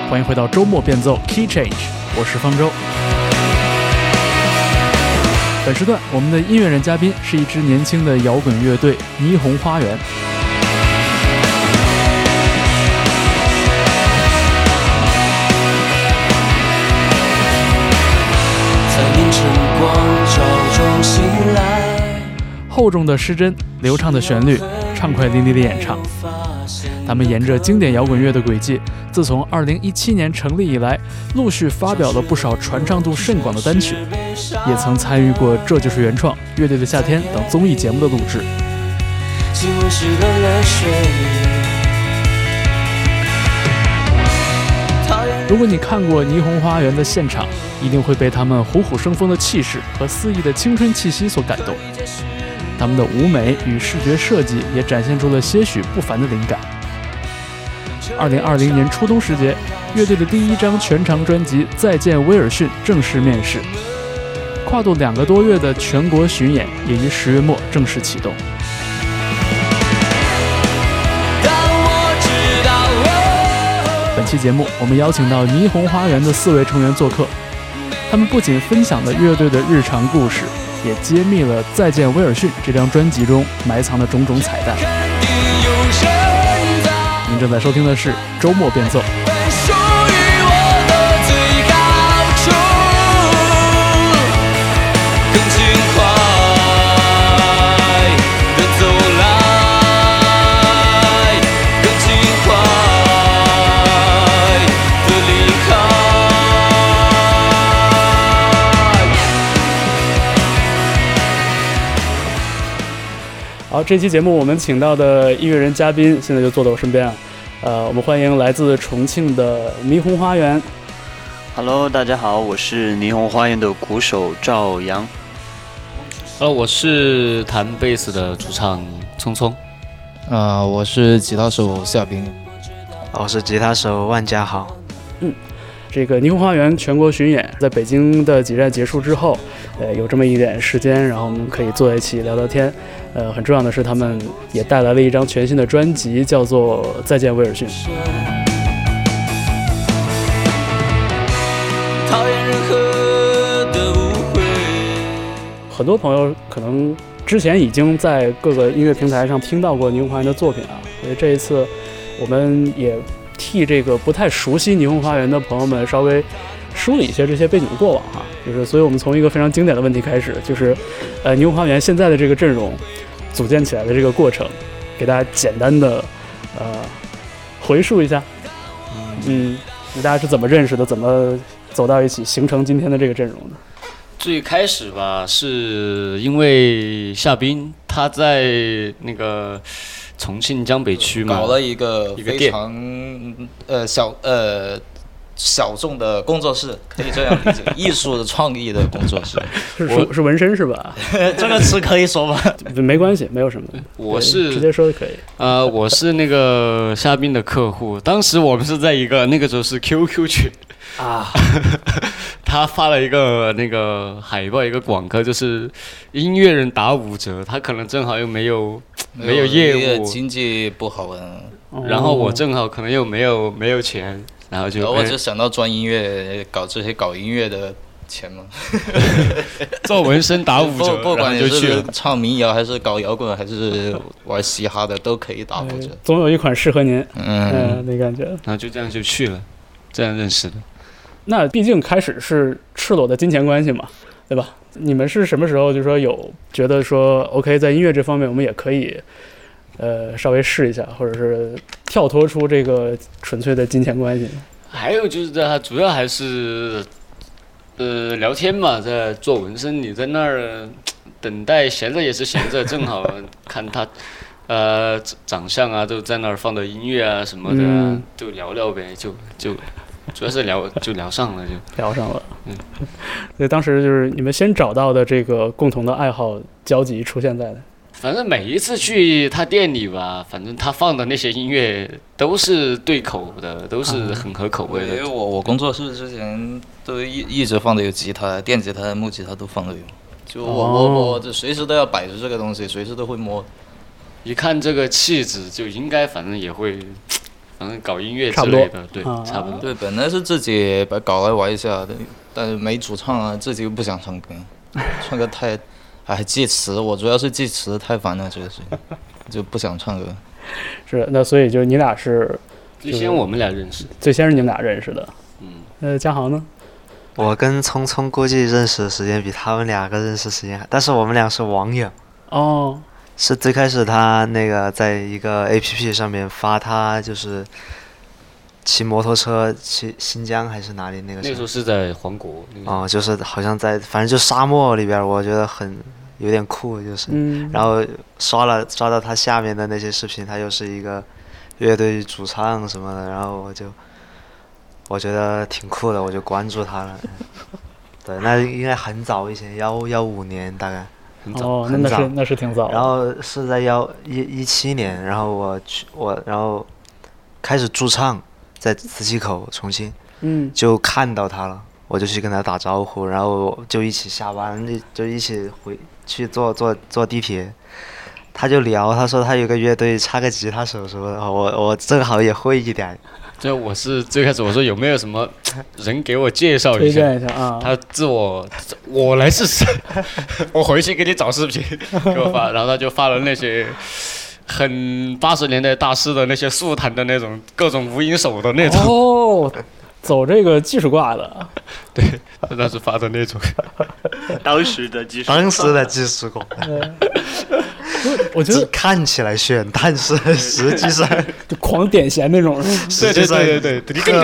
欢迎回到周末变奏 Key Change， 我是方舟。本时段我们的音乐人嘉宾是一支年轻的摇滚乐队霓虹花园。 在凌晨光照中醒来， 厚重的失真，流畅的旋律，畅快淋漓的演唱。他们沿着经典摇滚乐的轨迹，自从2017年成立以来，陆续发表了不少传唱度甚广的单曲，也曾参与过《这就是原创》、《乐队的夏天》等综艺节目的录制。 亲吻湿了泪水。 如果你看过霓虹花园的现场，一定会被他们虎虎生风的气势和肆意的青春气息所感动。他们的舞美与视觉设计也展现出了些许不凡的灵感。2020年初冬时节，乐队的第一张全长专辑《再见威尔逊》正式面世，跨度2个多月的全国巡演也于10月末正式启动。本期节目，我们邀请到霓虹花园的4位成员做客，他们不仅分享了乐队的日常故事，也揭秘了《再见威尔逊》这张专辑中埋藏的种种彩蛋。您正在收听的是周末变奏。好，这期节目我们请到的音乐人嘉宾现在就坐在我身边啊。我们欢迎来自重庆的霓虹花园。 Hello， 大家好，我是霓虹花园的鼓手赵阳。 我是弹贝斯的主唱聪聪。 我是吉他手夏冰。 我是吉他手万家豪。 这个霓虹花园全国巡演在北京的几站结束之后，有这么一点时间，然后我们可以坐在一起聊聊天。很重要的是，他们也带来了一张全新的专辑，叫做《再见威尔逊》。很多朋友可能之前已经在各个音乐平台上听到过霓虹花园的作品啊，所以这一次我们也替这个不太熟悉霓虹花园的朋友们稍微梳理一些这些背景过往哈，所以我们从一个非常经典的问题开始，就是霓虹花园现在的这个阵容组建起来的这个过程，给大家简单的回述一下。大家是怎么认识的，怎么走到一起，形成今天的这个阵容的？ 最开始吧，是因为夏冰他在那个重庆江北区嘛， 搞了一个非常小众的工作室，可以这样理解，艺术的创意的工作室。 是纹身是吧？ 这个词可以说吗？ 没关系，没有什么。 我是直接说就可以。 我是那个夏冰的客户，当时我们是在一个那个时候是 QQ 群啊， 他发了一个那个海报，一个广告，就是音乐人打5折，他可能正好又没有业务， 经济不好然后我正好可能又没有钱。然后我就想到赚音乐，搞音乐的钱嘛， 做纹身打5折， 不管你是唱民谣还是搞摇滚还是玩嘻哈的，都可以打5折。 总有一款适合您，那感觉。 然后就这样就去了，这样认识的。 那毕竟开始是赤裸的金钱关系嘛，对吧？你们是什么时候就说有觉得说 OK， 在音乐这方面我们也可以稍微试一下，或者是跳脱出这个纯粹的金钱关系？ 还有就是他主要还是聊天嘛，在做纹身，你在那儿等待，闲着也是闲着，正好看他长相啊，就在那儿放的音乐啊什么的，就聊聊呗，就主要是就聊上了， 所以当时就是你们先找到的这个共同的爱好交集出现在的。 反正每一次去他店里吧，反正他放的那些音乐都是对口的，都是很合口味的。 因为我工作室之前都一直放的有吉他、电吉他、木吉他都放的有，就我随时都要摆着这个东西，随时都会摸。 一看这个气质，就应该反正也会反正搞音乐之类的，对，差不多。 对，本来是自己把搞来玩一下的，但是没主唱啊，自己又不想唱歌，唱歌还记词，我主要是记词太烦了，这个事情就不想唱歌。 是，那所以就你俩是最先我们俩认识， 最先是你们俩认识的。嘉豪呢？ 我跟聪聪估计认识的时间比他们两个认识时间还，但是我们俩是网友。 哦， 是最开始他那个在一个 APP 上面发他就是骑摩托车去新疆还是哪里那个时候是在黄国。 哦，就是好像在反正就沙漠里边，我觉得有点酷，就是。然后刷到他下面的那些视频，他又是一个乐队主唱什么的，然后我觉得挺酷的，我就关注他了。对，那应该很早以前，15年大概。 哦，那是挺早。 然后是在17年，然后然后开始驻唱在磁器口重庆，就看到他了，我就去跟他打招呼，然后就一起下班，就一起回去坐地铁。他就聊，他说他有个乐队差个吉他手什么的，我正好也会一点。 就我是最开始我说有没有什么人给我介绍一下， 推荐一下啊。 他我来试试，我回去给你找视频给我发，然后他就发了那些很80年代大师的那些速弹的那种各种无影手的那种。 哦，走这个技术挂的。 对，他当时发的那种。 当时的技术挂。 我觉得看起来炫，但是实际上就狂点弦那种。 实际上对，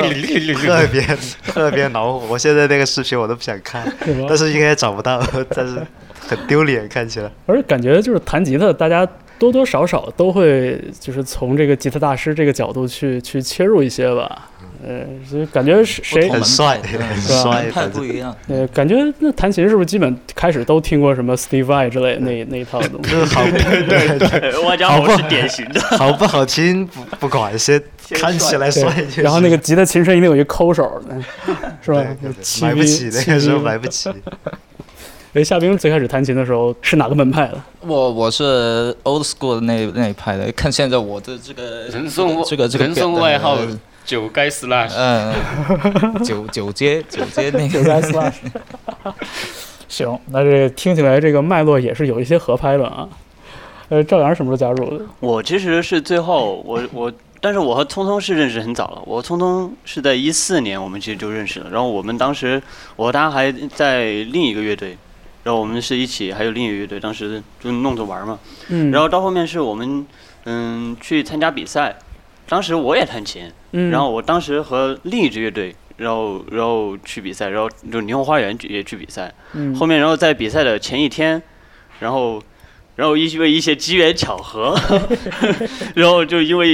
特别恼火。我现在那个视频我都不想看，但是应该找不到，但是很丢脸看起来。 而感觉就是弹吉他，大家多多少少都会就是从这个吉他大师这个角度去切入一些吧。所以感觉谁很帅， 太不一样。 感觉那弹琴是不是基本开始都听过什么 Steve Vai 之类的那一套的东西？ 对，万家豪是典型的。 好不好听不管，先看起来帅。 然后那个吉他琴身一定有一抠手的，是吧？ 买不起，那个时候买不起。 夏冰最开始弹琴的时候是哪个门派的？ 我是 old school 的那一派的。看现在我的这个人送外号9街 slash， 九街那个 9街 slash。行，那这听起来这个脉络也是有一些合拍的啊。赵阳什么时候加入的？ 我其实是最后但是我和聪聪是认识很早了。我聪聪是在14年我们其实就认识了，然后我们当时我和他还在另一个乐队。然后我们是一起，还有另一个乐队，当时就弄着玩嘛。然后到后面是我们去参加比赛，当时我也弹琴，然后我当时和另一支乐队，然后去比赛，然后就霓虹花园也去比赛。后面然后在比赛的前一天，然后因为一些机缘巧合，然后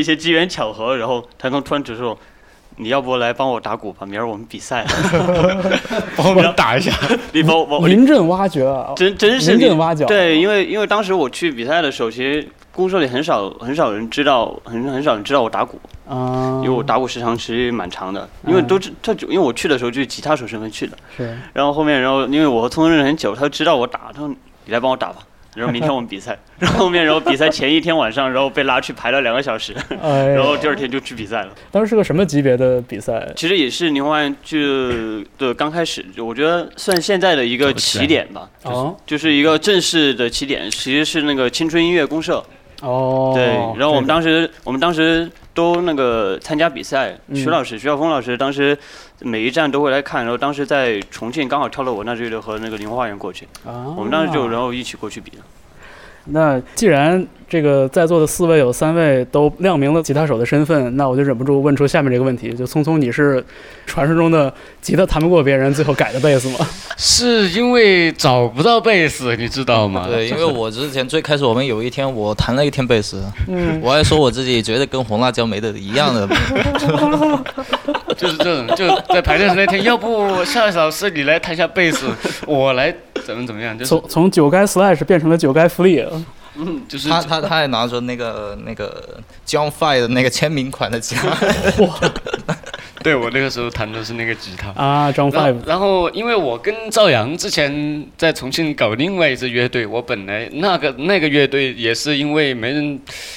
他突然就说。你要不来帮我打鼓吧？明儿我们比赛， 帮我们打一下。 你帮我临阵挖掘啊！ 真是临阵挖角。 对，因为当时我去比赛的时候，其实公社里很少人知道，很少人知道我打鼓因为我打鼓时长其实蛮长的，因为因为我去的时候就是吉他手身份去的。 是。然后因为我和聪聪认识很久，他知道我打，他说你来帮我打吧。然后明天我们比赛，然后比赛前一天晚上，然后被拉去排了2个小时，然后第二天就去比赛了。 当时是个什么级别的比赛？ 其实也是霓虹花园的刚开始，我觉得算现在的一个起点吧，就是一个正式的起点，其实是那个青春音乐公社。对，然后我们当时都那个参加比赛，徐晓峰老师当时每一站都会来看，然后当时在重庆刚好挑了我那支乐队和那个霓虹花园过去，我们当时然后一起过去比的。 那既然这个在座的4位有3位都亮明了吉他手的身份，那我就忍不住问出下面这个问题：就聪聪，你是传说中的吉他弹不过别人，最后改的贝斯吗？ 是因为找不到贝斯，你知道吗？ 对，因为我之前最开始我们有一天我弹了1天贝斯，我还说我自己觉得跟红辣椒没的一样的。 就是这种，就在排练时那天，要不夏老师你来弹下贝斯，我来怎么样？就是从9街 slash 变成了9街 free。 就是他还拿着那个 John Five 的那个签名款的吉他。 对，我那个时候弹的是那个吉他啊 ，John Five。 然后因为我跟赵阳之前在重庆搞另外一支乐队，我本来那个乐队也是因为没人。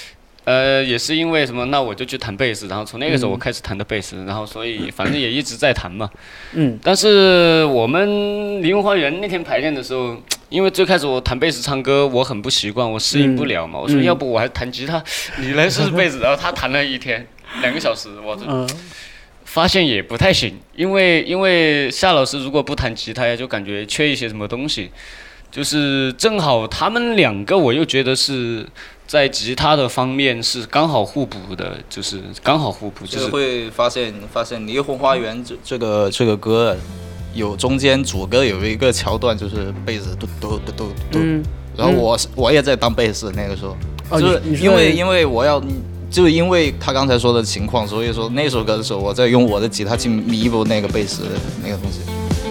也是因为什么？那我就去弹贝斯，然后从那个时候我开始弹的贝斯，然后所以反正也一直在弹嘛。但是我们灵魂花园那天排练的时候，因为最开始我弹贝斯唱歌，我很不习惯，我适应不了嘛。我说要不我还弹吉他，你来试试贝斯。然后他弹了一天2个小时，我发现也不太行，因为夏老师如果不弹吉他，就感觉缺一些什么东西。就是正好他们2个，我又觉得是在吉他的方面是刚好互补的，就是刚好互补。就是会发现《离婚花园》这个歌，有中间主歌有一个桥段，就是贝斯嘟嘟嘟嘟嘟，然后我也在当贝斯那个时候，就是因为我要。就因为他刚才说的情况，所以说那首歌的时候，我在用我的吉他去弥补那个贝斯的那个东西。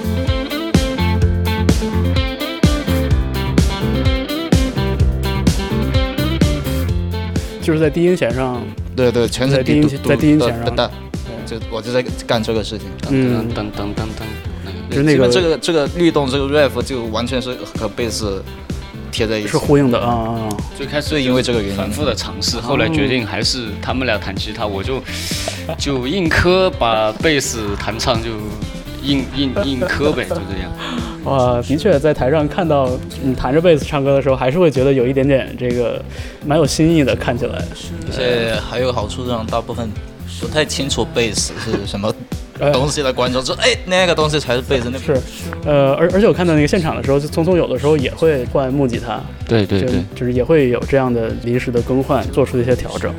就是在低音弦上， 对，全是在低音弦上， 就我就在干这个事情。 噔， 就是那个这个律动，这个 riff 就完全是和贝斯贴在一起， 是呼应的啊。 最开始因为这个原因反复的尝试，后来决定还是他们俩弹吉他，我就硬磕把贝斯弹唱，就硬磕呗，就这样。 哇，的确在台上看到你弹着贝斯唱歌的时候，还是会觉得有一点点这个蛮有新意的，看起来。 而且还有个好处，让大部分不太清楚贝斯是什么东西的观众说，那个东西才是贝斯。那是，而且我看到那个现场的时候，就聪聪有的时候也会换木吉他， 对， 就是也会有这样的临时的更换，做出一些调整。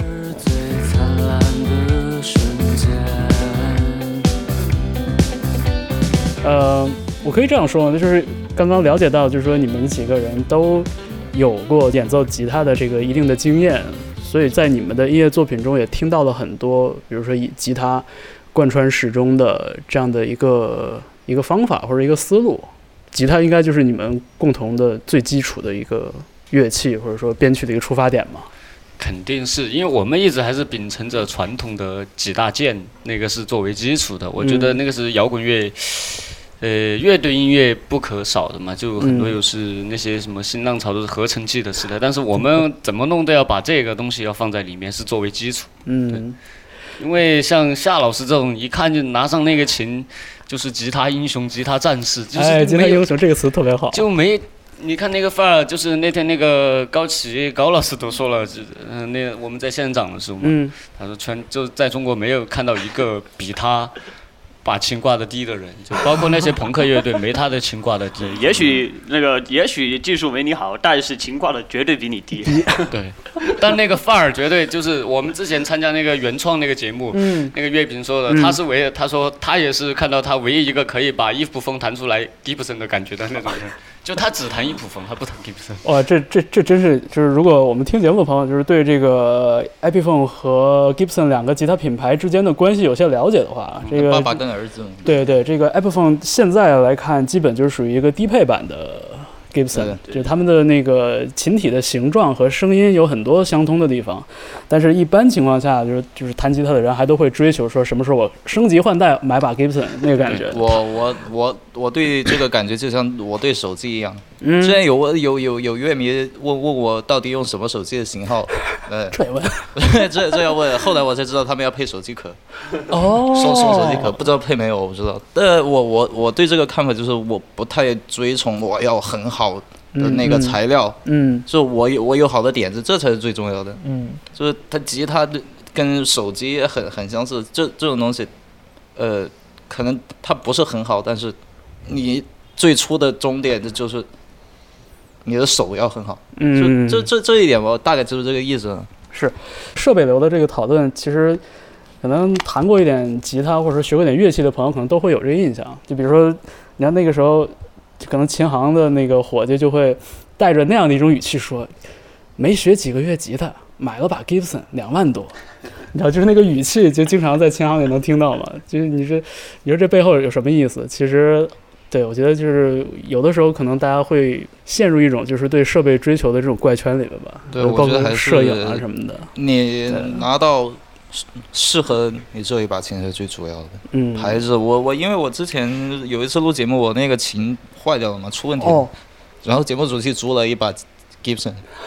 我可以这样说，就是刚刚了解到，就是说你们几个人都有过演奏吉他的这个一定的经验，所以在你们的音乐作品中也听到了很多，比如说以吉他贯穿始终的这样的一个方法或者一个思路。吉他应该就是你们共同的最基础的一个乐器，或者说编曲的一个出发点嘛？ 肯定是因为我们一直还是秉承着传统的几大件，那个是作为基础的。我觉得那个是摇滚乐。乐队音乐不可少的嘛，就很多又是那些什么新浪潮都是合成器的时代，但是我们怎么弄都要把这个东西要放在里面，是作为基础。因为像夏老师这种一看就拿上那个琴，就是吉他英雄、吉他战士，就是吉他英雄这个词特别好， 就没。你看那个范儿，就是那天那个高老师都说了，那我们在现场的时候嘛，他说就在中国没有看到一个比他。把琴挂得低的人，就包括那些朋克乐队，没他的琴挂得低。 也许技术没你好，但是琴挂的绝对比你低。 对，但那个范儿绝对就是我们之前参加那个原创那个节目，那个乐评说的，他说他也是看到他唯一一个可以把伊普风弹出来 Gibson 的感觉的那种人。就他只弹伊普风，他不弹 Gibson。 哇，这真是就是如果我们听节目的朋友，就是对这个 Epiphone 和 Gibson 2个吉他品牌之间的关系有些了解的话，这个爸爸跟儿子。 对，这个 Epiphone 现在来看，基本就是属于一个低配版的 Gibson， 就是他们的那个琴体的形状和声音有很多相通的地方，但是一般情况下，就是弹吉他的人还都会追求说什么时候我升级换代买把 Gibson 那个感觉。 我对这个感觉就像我对手机一样。之前有乐迷问我到底用什么手机的型号， 这也问， 这要问。后来我才知道他们要配手机壳。 送手机壳，不知道配没有，我不知道。但我对这个看法就是我不太追崇我要很好的那个材料，就我有好的点子，这才是最重要的。就是它吉他跟手机很相似，这种东西，可能它不是很好，但是你最初的终点就是你的手要很好。这一点我大概就是这个意思。 是设备流的这个讨论，其实可能弹过一点吉他或者说学过点乐器的朋友可能都会有这个印象。就比如说你看那个时候可能琴行的那个伙计就会带着那样的一种语气说，没学几个月吉他买了把 Gibson 2万多，你知道就是那个语气就经常在琴行里能听到嘛。就是你说这背后有什么意思？其实对，我觉得就是有的时候可能大家会陷入一种就是对设备追求的这种怪圈里面吧。 对，我觉得还是摄影啊什么的， 你拿到适合你这一把琴是最主要的。牌子因为我之前有一次录节目，我那个琴坏掉了嘛，出问题了，然后节目组去租了一把 Gibson，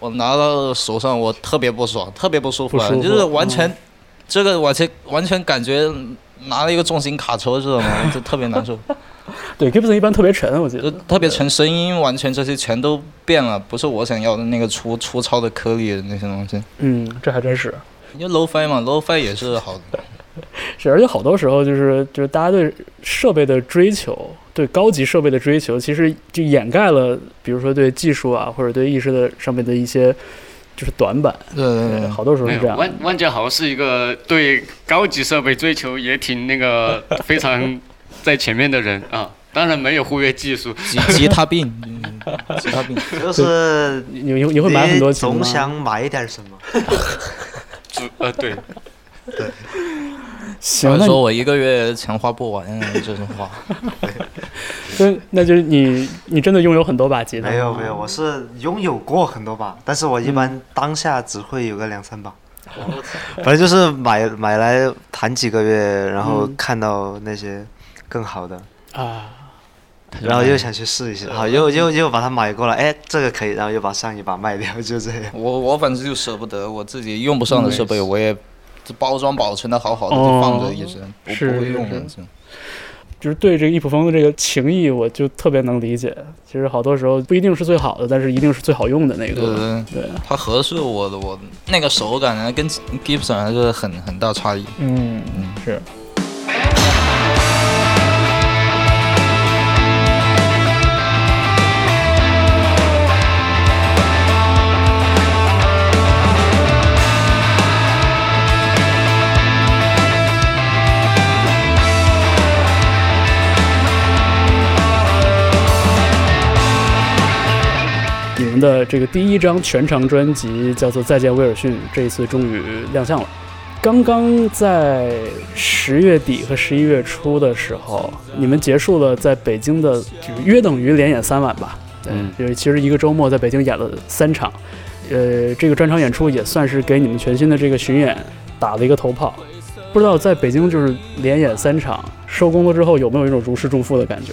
我拿到手上我特别不爽，特别不舒服了，就是完全、这个完全感觉拿了一个重型卡车，知道吗？就特别难受。 对 Gibson 一般特别沉，我记得特别沉，声音完全这些全都变了，不是我想要的那个粗糙的颗粒的那些东西。 这还真是。 因为 low-fi 嘛 ，low-fi 也是好的。 是，而且好多时候就是大家对设备的追求，对高级设备的追求，其实就掩盖了，比如说对技术啊，或者对意识的上面的一些就是短板。对，好多时候是这样。 万家豪是一个对高级设备追求也挺那个非常在前面的人啊。当然没有忽略技术， 吉他病，吉他病， 就是你会买很多琴吗？ 总想买点什么。 对。 行， 说我一个月钱花不完，这种话。 那就是你真的拥有很多把吉他？ 没有，我是拥有过很多把，但是我一般当下只会有个2-3把。反正就是买来弹几个月，然后看到那些更好的然后又想去试一下，好，又把它买过来，哎，这个可以，然后又把上一把卖掉，就这样。 我反正就舍不得，我自己用不上的设备，我也包装保存的好好的，就放着一直，不会用的。 就是对这个易普风的这个情谊，我就特别能理解。其实好多时候不一定是最好的，但是一定是最好用的那个。对， 它合适我那个手感呢，跟 Gibson 还是很大差异。 是。你们的这个第一张全长专辑叫做《再见威尔逊》，这一次终于亮相了。刚刚在10月底和11月初的时候，你们结束了在北京的，就是约等于连演3晚吧？就是其实一个周末在北京演了3场。这个专场演出也算是给你们全新的这个巡演打了一个头炮。不知道在北京就是连演3场，收工了之后有没有一种如释重负的感觉？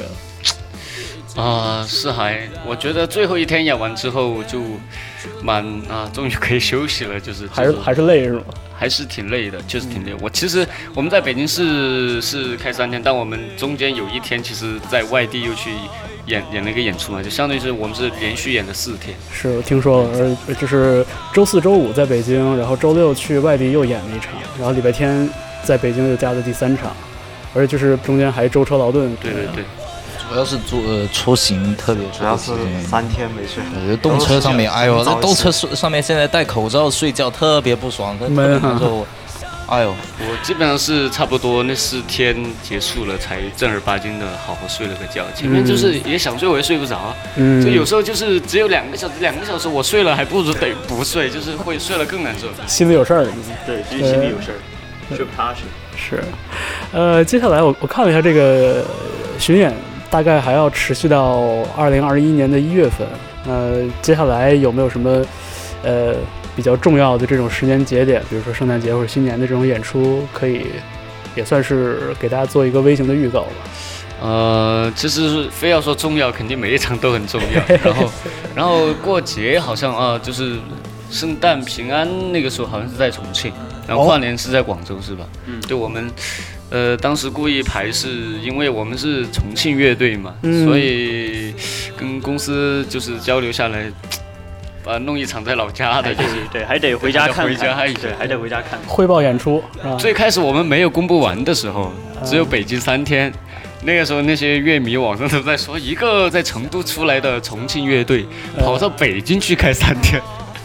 是我觉得最后一天演完之后就终于可以休息了，就是还是累是吗？ 还是挺累的，就是挺累。其实我们在北京是开3天，但我们中间有1天其实在外地又去演了一个演出嘛，就相当于是我们是连续演了4天。 是我听说了，就是周4、周5在北京，然后周6去外地又演了1场，然后礼拜天在北京又加了第3场，而且就是中间还舟车劳顿。 对。 主要是出行特别， 主要是3天没睡好。 动车上面，哎呦，在动车上面现在戴口罩睡觉特别不爽，特别难受。哎呦， 我基本上是差不多那4天结束了，才正儿八经的好好睡了个觉。前面就是也想睡，我也睡不着。就有时候就是只有2个小时，我睡了还不如得不睡，就是会睡了更难受。 心里有事儿。 对，就是心里有事儿，睡不踏实。 是，接下来我看了一下这个巡演。大概还要持续到2021年的1月份。接下来有没有什么比较重要的这种时间节点，比如说圣诞节或者新年的这种演出，可以也算是给大家做一个微型的预告吧？ 其实非要说重要，肯定每一场都很重要。然后过节好像就是圣诞平安那个时候好像是在重庆，然后跨年是在广州，是吧？对，我们。当时故意排是因为我们是重庆乐队嘛，所以跟公司就是交流下来，弄一场在老家的， 对，还得回家看， 对， 还得回家看。 汇报演出。 最开始我们没有公布完的时候，只有北京3天。那个时候那些乐迷网上都在说，一个在成都出来的重庆乐队跑到北京去开3天。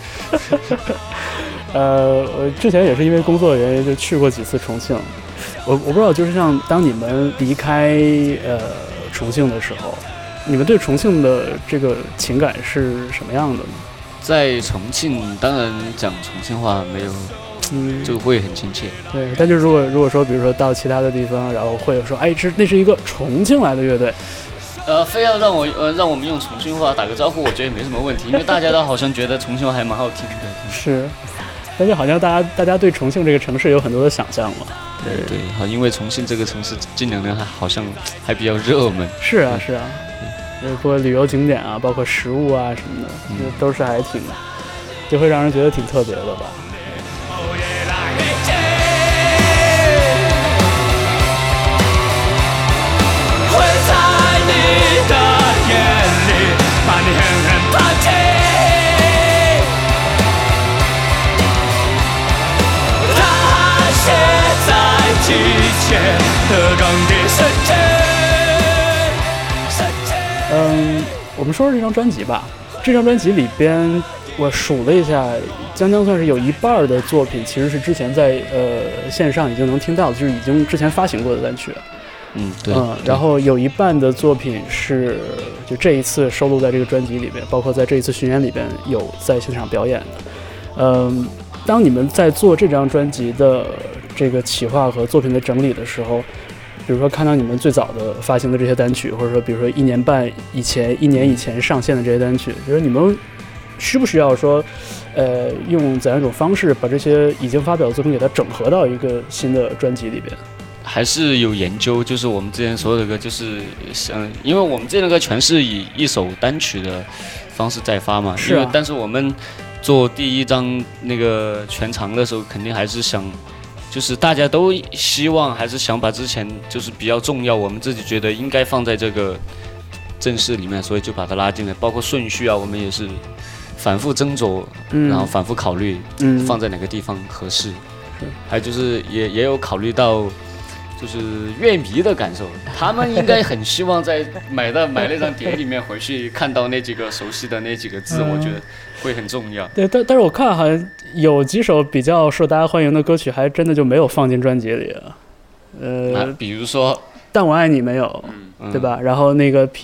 之前也是因为工作的原因就去过几次重庆。我不知道，就是像当你们离开重庆的时候，你们对重庆的这个情感是什么样的呢？ 在重庆，当然讲重庆话没有，就会很亲切。 对，但就如果说，比如说到其他的地方，然后会说，哎，那是一个重庆来的乐队， 非要让我们用重庆话打个招呼，我觉得也没什么问题，因为大家都好像觉得重庆话还蛮好听的。 是，但是好像大家对重庆这个城市有很多的想象嘛。 对，好，因为重庆这个城市近2年好像还比较热门。是啊，包括旅游景点啊，包括食物啊什么的，都是还挺就会让人觉得挺特别的吧。 会在你的眼里把你狠狠抛弃，他写在季节的钢铁世界。 我们说说这张专辑吧。这张专辑里边，我数了一下，将算是有一半的作品其实是之前在线上已经能听到，就是已经之前发行过的单曲。 对。 然后有一半的作品是就这一次收录在这个专辑里边，包括在这一次巡演里边有在现场表演的。当你们在做这张专辑的这个企划和作品的整理的时候，比如说看到你们最早的发行的这些单曲，或者说比如说1年以前上线的这些单曲，就是你们需不需要说用怎样一种方式把这些已经发表的作品给它整合到一个新的专辑里边？ 还是有研究，就是我们之前所有的歌，就是因为我们这个歌全是以一首单曲的方式在发嘛， 是啊。 但是我们做第一张那个全长的时候，肯定还是想，就是大家都希望还是想把之前就是比较重要，我们自己觉得应该放在这个正式里面，所以就把它拉进来，包括顺序啊，我们也是反复斟酌，然后反复考虑，放在哪个地方合适。还有就是也有考虑到。就是乐迷的感受，他们应该很希望在买那张碟里面回去看到那几个熟悉的那几个字，我觉得会很重要。 对，但是我看好像有几首比较受大家欢迎的歌曲，还真的就没有放进专辑里了。 比如说《 但我爱你》没有，对吧？然后那个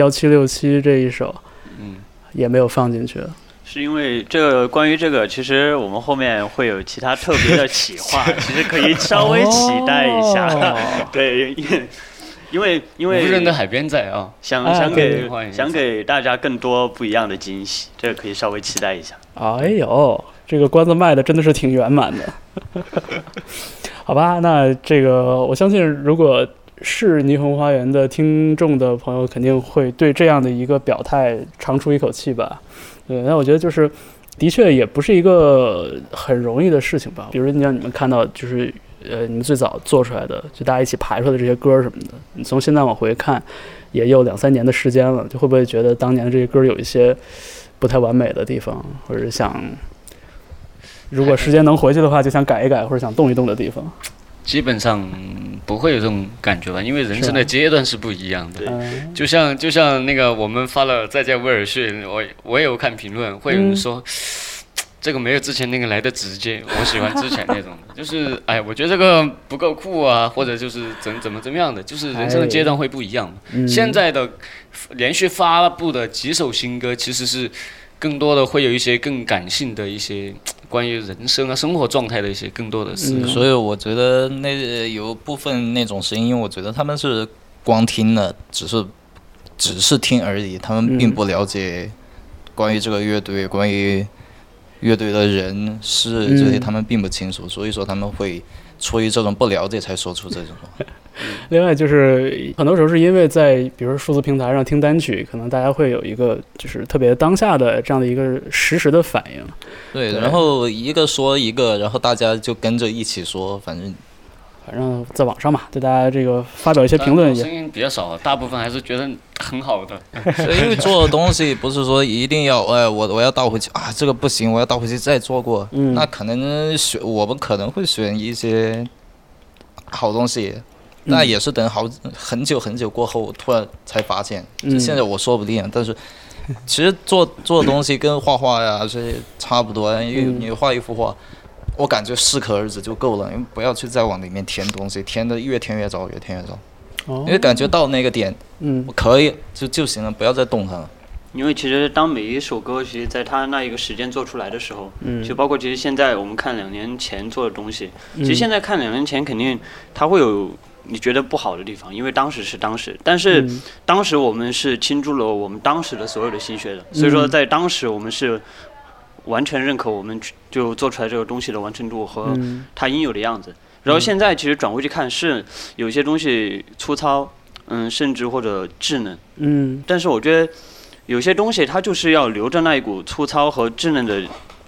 PM1767这一首，也没有放进去。 是因为关于这个，其实我们后面会有其他特别的企划，其实可以稍微期待一下。对，因为无人的海边在啊， 想给大家更多不一样的惊喜，这个可以稍微期待一下。 哎呦，这个关子卖的真的是挺圆满的。好吧，那这个我相信，如果是霓虹花园的听众的朋友，肯定会对这样的一个表态长出一口气吧。对，那我觉得就是，的确也不是一个很容易的事情吧。比如你让你们看到，就是你们最早做出来的，就大家一起排出来的这些歌什么的，你从现在往回看，也有2-3年的时间了，就会不会觉得当年的这些歌有一些不太完美的地方，或者想，如果时间能回去的话，就想改一改或者想动一动的地方？ 基本上不会有这种感觉吧，因为人生的阶段是不一样的。就像那个我们发了《再见威尔逊》，我也有看评论，会有人说，这个没有之前那个来的直接，我喜欢之前那种的，就是我觉得这个不够酷啊，或者就是怎么样的，就是人生的阶段会不一样嘛。现在的连续发布的几首新歌，其实是更多的会有一些更感性的一些关于人生啊、生活状态的一些更多的事。 所以我觉得有部分那种声音，我觉得他们是光听了，只是听而已，他们并不了解关于这个乐队、关于乐队的人事这些，他们并不清楚，所以说他们会出于这种不了解才说出这种话。 另外就是很多时候是因为在比如说数字平台上听单曲，可能大家会有一个就是特别当下的这样的一个实时的反应。 对，然后一个说一个，然后大家就跟着一起说，反正在网上嘛，对大家这个发表一些评论也声音比较少，大部分还是觉得很好的。 因为做的东西不是说一定要我要倒回去啊，这个不行，我要倒回去再做过。那可能我们可能会选一些好东西。那也是等很久过后突然才发现，现在我说不定，但是其实做的东西跟画画呀这些差不多，你画一幅画，我感觉适可而止就够了，因为不要去再往里面填东西，填的越填越糟，因为感觉到那个点，可以就行了，不要再动它了。 因为其实当每一首歌，其实在它那一个时间做出来的时候，就包括其实现在我们看2年前做的东西，其实现在看2年前肯定它会有你觉得不好的地方，因为当时是当时，但是当时我们是倾注了我们当时的所有的心血的，所以说在当时我们是完全认可我们就做出来这个东西的完成度和它应有的样子。然后现在其实转过去看，是有些东西粗糙，甚至或者稚嫩，但是我觉得有些东西它就是要留着那一股粗糙和稚嫩的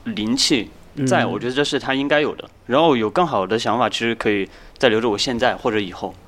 灵气在，我觉得这是他应该有的。然后有更好的想法，其实可以再留着我现在或者以后。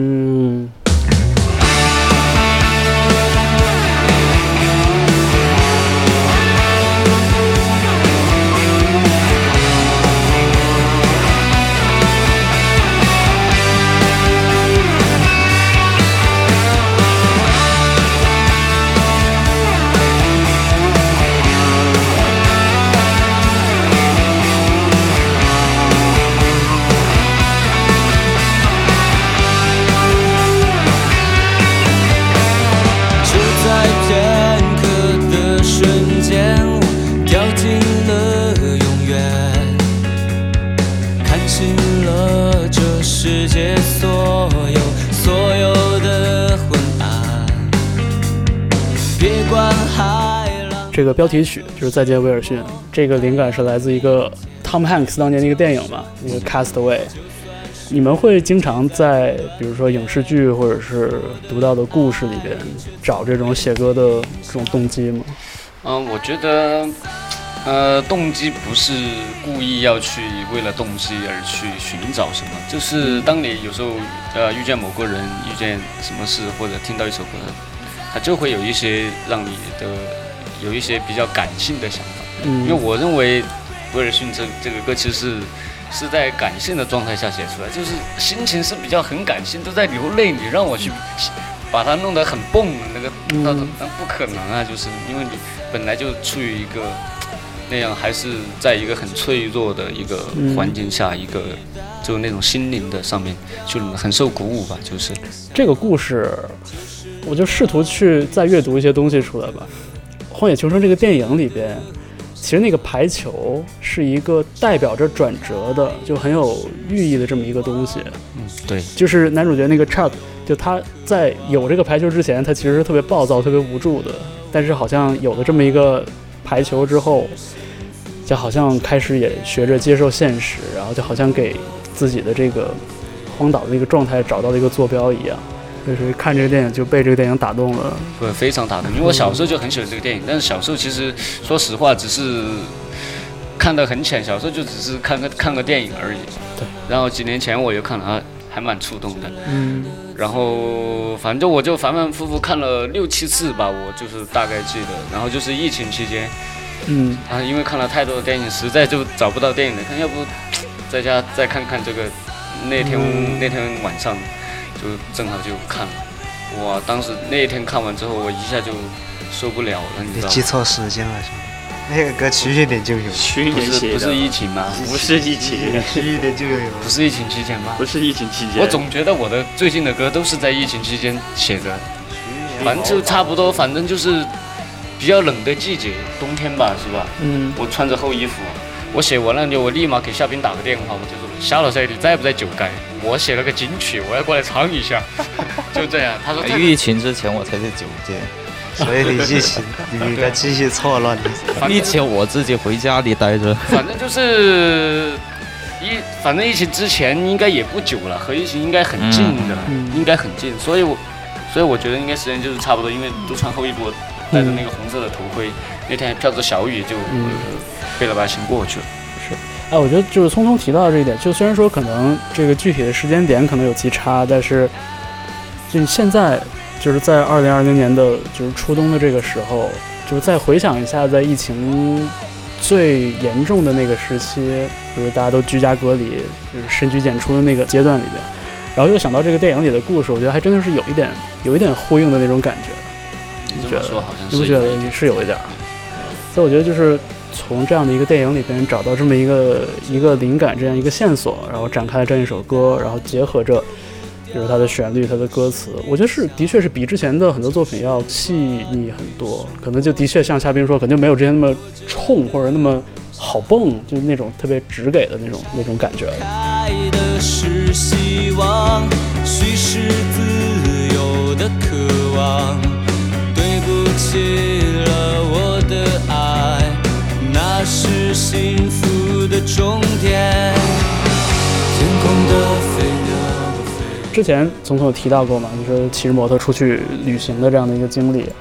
这个标题曲就是《再见威尔逊》，这个灵感是来自一个 Tom Hanks 当年的一个电影嘛，那个 Castaway。你们会经常在比如说影视剧或者是读到的故事里边找这种写歌的这种动机吗？ 我觉得动机不是故意要去为了动机而去寻找什么，就是当你有时候遇见某个人，遇见什么事，或者听到一首歌，它就会有一些让你的有一些比较感性的想法。因为我认为威尔逊这个歌其实是在感性的状态下写出来，就是心情是比较很感性，都在流泪，你让我去把它弄得很蹦那个，那不可能啊！就是因为你本来就处于一个那样，还是在一个很脆弱的一个环境下，一个就那种心灵的上面就很受鼓舞吧。就是这个故事，我就试图去再阅读一些东西出来吧。《荒野求生》这个电影里边，其实那个排球是一个代表着转折的，就很有寓意的这么一个东西。 对， 就是男主角那个 Chuck， 就他在有这个排球之前，他其实是特别暴躁、特别无助的。但是好像有了这么一个排球之后，就好像开始也学着接受现实，然后就好像给自己的这个荒岛的一个状态找到了一个坐标一样。就是看这个电影就被这个电影打动了， 对，非常打动。因为我小时候就很喜欢这个电影，但是小时候其实说实话只是看得很浅，小时候就只是看个电影而已。 对。 然后几年前我又看了，还蛮触动的。然后反正我就反反复复看了6-7次吧，我就是大概记得。然后就是疫情期间，因为看了太多的电影，实在就找不到电影了看，要不在家再看看这个。那天晚上。就正好就看了，哇！当时那一天看完之后，我一下就受不了了，你知道吗？ 你记错时间了，兄弟。那个歌去年就有， 去年写的， 不是疫情吗？ 不是疫情， 去年就有， 不是疫情期间吗？ 不是疫情期间。 我总觉得我的最近的歌都是在疫情期间写的，反正就差不多，反正就是比较冷的季节，冬天吧，是吧？我穿着厚衣服。我写完了就我立马给夏冰打个电话，我就说夏老师你在不在9街？我写了个金曲，我要过来唱一下。就这样，他说疫情之前我才是9街， 所以你的记忆错乱了。 疫情我自己回家里待着。 反正就是反正疫情之前应该也不久了，和疫情应该很近的，应该很近，所以我觉得应该时间就是差不多，因为都穿厚衣服，戴着那个红色的头盔，那天还飘着小雨，就背了把行过去了。 是，我觉得就是匆匆提到这一点，就虽然说可能这个具体的时间点可能有极差，但是就现在就是在2020年的就是初冬的这个时候，就是再回想一下在疫情最严重的那个时期，就是大家都居家隔离，就是深居简出的那个阶段里边，然后又想到这个电影里的故事，我觉得还真的是有一点呼应的那种感觉。 你这么说好像是， 你不觉得是有一点？所以我觉得就是从这样的一个电影里边找到这么一个灵感，这样一个线索，然后展开这样一首歌，然后结合着比如它的旋律、它的歌词，我觉得的确是比之前的很多作品要细腻很多。可能就的确像夏冰说，可能就没有之前那么冲或者那么好蹦，就是那种特别直给的那种感觉了。 爱的是希望，虚是自由的渴望。对不起了我的爱，那是幸福的终点。天空的飞鸟。 之前总有提到过嘛，就是骑着摩托出去旅行的这样的一个经历。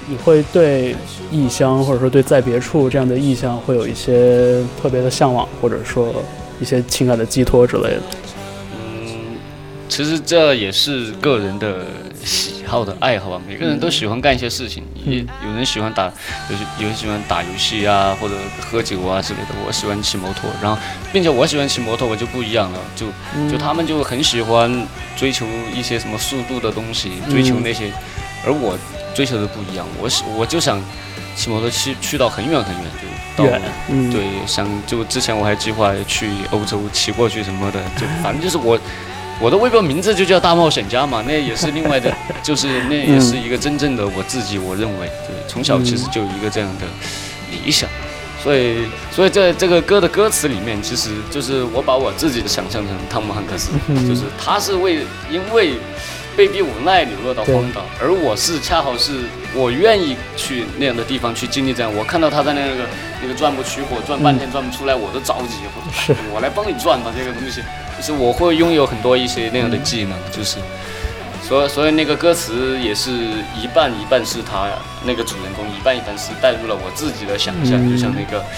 你会对异乡或者说对在别处这样的意象会有一些特别的向往，或者说一些情感的寄托之类的？ 其实这也是个人的喜好的爱好吧，每个人都喜欢干一些事情，有人喜欢有人喜欢打游戏啊，或者喝酒啊之类的。我喜欢骑摩托，然后并且我喜欢骑摩托，我就不一样了，就他们就很喜欢追求一些什么速度的东西，追求那些，而我追求的不一样，我就想骑摩托去到很远很远，就到对，就之前我还计划去欧洲骑过去什么的，就反正就是我的微博名字就叫大冒险家嘛，那也是另外的，就是那也是一个真正的我自己，我认为，对，从小其实就有一个这样的理想，所以在这个歌的歌词里面，其实就是我把我自己的想象成汤姆汉克斯，就是他是因为被逼无奈流落到荒岛，而我是恰好是我愿意去那样的地方去经历这样，我看到他在那个钻不取火，转半天转不出来，我都着急，我来帮你转吧，这个东西。就是我会拥有很多一些那样的技能，就是所以那个歌词也是一半是他那个主人公，一半是带入了我自己的想象，就像那个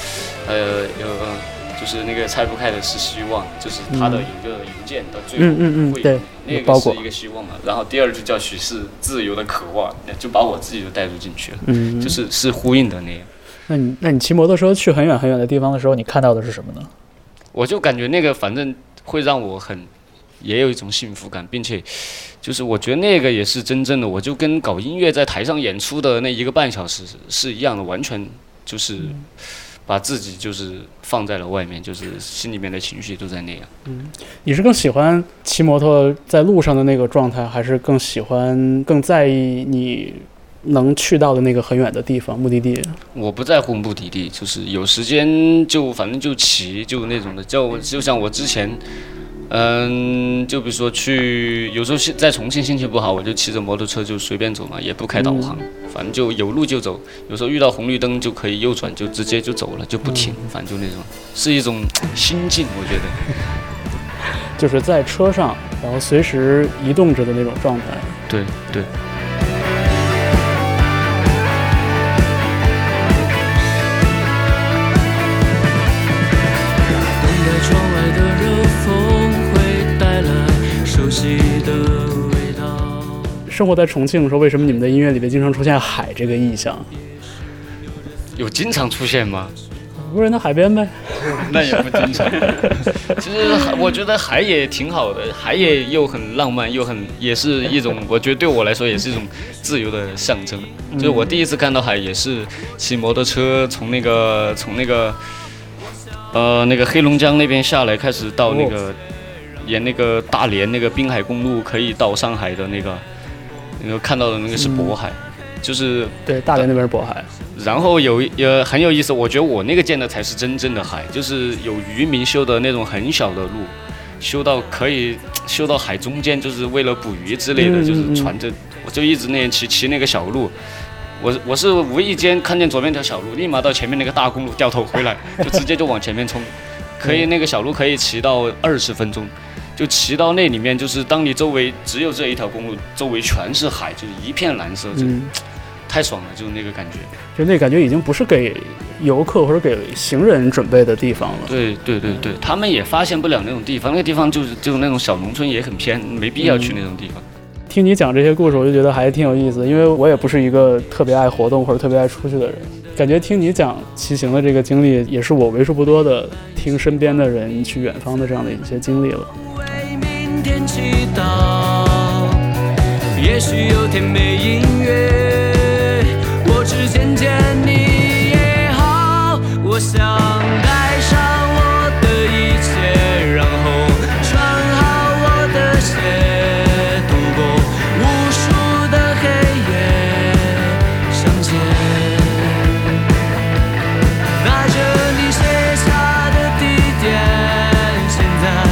就是那个拆不开的是希望，就是他的一个邮件到最后会对， 那个是一个希望嘛。然后第二句叫许是自由的渴望，就把我自己都带入进去了，就是呼应的那样。 那你骑摩托车去很远很远的地方的时候，你看到的是什么呢？ 我就感觉那个反正会让我也有一种幸福感，并且就是我觉得那个也是真正的，我就跟搞音乐在台上演出的那1个半小时是一样的，完全就是把自己就是放在了外面，就是心里面的情绪都在那样。 你是更喜欢骑摩托在路上的那个状态，还是更在意你能去到的那个很远的地方目的地？ 我不在乎目的地，就是有时间就反正就骑，就那种的，就像我之前就比如说有时候在重庆心情不好，我就骑着摩托车就随便走嘛，也不开导航，反正就有路就走，有时候遇到红绿灯就可以右转，就直接就走了，就不停，反正就那种是一种心境，我觉得就是在车上然后随时移动着的那种状态。 对对。 生活在重庆的时候，为什么你们的音乐里面经常出现海这个意象？ 有经常出现吗？ 无人的海边呗。 那也不经常。其实我觉得海也挺好的，海也又很浪漫，也是一种，我觉得对我来说也是一种自由的象征。就是我第一次看到海也是骑摩托车从那个黑龙江那边下来，开始到那个沿那个大连那个滨海公路可以到上海的那个看到的那个是渤海，就是对大连那边是渤海。 然后很有意思，我觉得我那个见的才是真正的海，就是有渔民修的那种很小的路，可以修到海中间，就是为了捕鱼之类的，就是船着，我就一直那样骑那个小路。我是无意间看见左边条小路，立马到前面那个大公路掉头回来，就直接就往前面冲，可以那个小路可以骑到20分钟。就骑到那里面，就是当你周围只有这一条公路，周围全是海，就是一片蓝色，就太爽了，就是那个感觉。 就那感觉已经不是给游客或者给行人准备的地方了。 对，他们也发现不了那种地方，那个地方就是那种小农村，也很偏，没必要去那种地方。 听你讲这些故事，我就觉得还挺有意思，因为我也不是一个特别爱活动或者特别爱出去的人，感觉听你讲骑行的这个经历，也是我为数不多的听身边的人去远方的这样的一些经历了。 天祈祷，也许有天没音乐，我只见见你也好。我想带上我的一切，然后穿好我的鞋，度过无数的黑夜，向前拿着你写下的地点，现在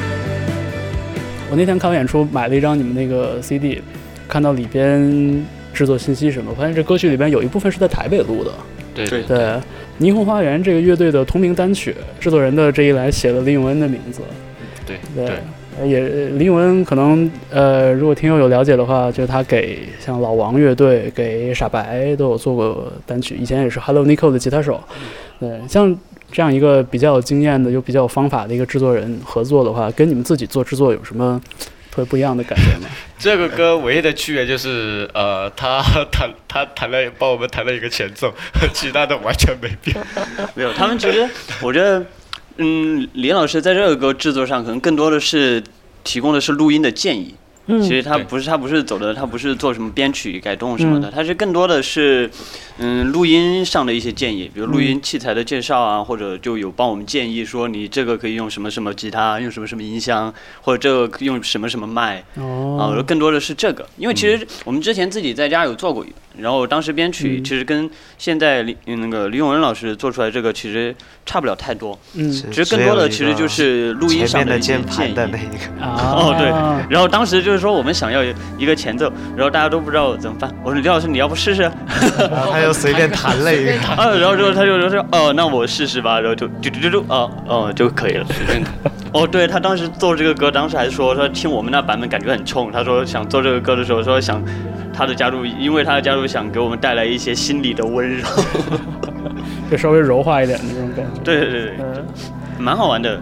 我那天看完演出，买了一张你们那个 CD， 看到里边制作信息什么，我发现这歌曲里边有一部分是在台北录的。 对， 霓虹花园这个乐队的同名单曲，制作人的这一来写了林永恩的名字。对，也林永恩可能如果听友有了解的话，就是他给像老王乐队、给傻白都有做过单曲，以前也是 Hello Nico 的吉他手。对，像这样一个比较有经验的又比较有方法的一个制作人合作的话，跟你们自己做制作有什么特别不一样的感觉吗？ 这个歌唯一的区别就是他帮我们弹了一个前奏，其他的完全没变。 没有，他们其实我觉得李老师在这个歌制作上可能更多的是提供的是录音的建议。其实他不是走的，他不是做什么编曲改动什么的，他是更多的是录音上的一些建议，比如录音器材的介绍啊，或者就有帮我们建议说你这个可以用什么什么吉他，用什么什么音箱，或者这个用什么什么麦更多的是这个。因为其实我们之前自己在家有做过，然后当时编曲其实跟现在那个李永恩老师做出来这个其实差不了太多，其实更多的其实就是录音上的一些建议。对，然后当时就是说我们想要一个前奏，然后大家都不知道怎么办。我说李老师你要不试试？ 他又随便弹了一个， 然后之后他就说那我试试吧，然后就可以了。对，他当时做这个歌，当时还说听我们那版本感觉很冲，他说想做这个歌的时候说想他的加入，因为他的加入想给我们带来一些心理的温柔， 就稍微柔化一点的那种感觉。 对，蛮好玩的。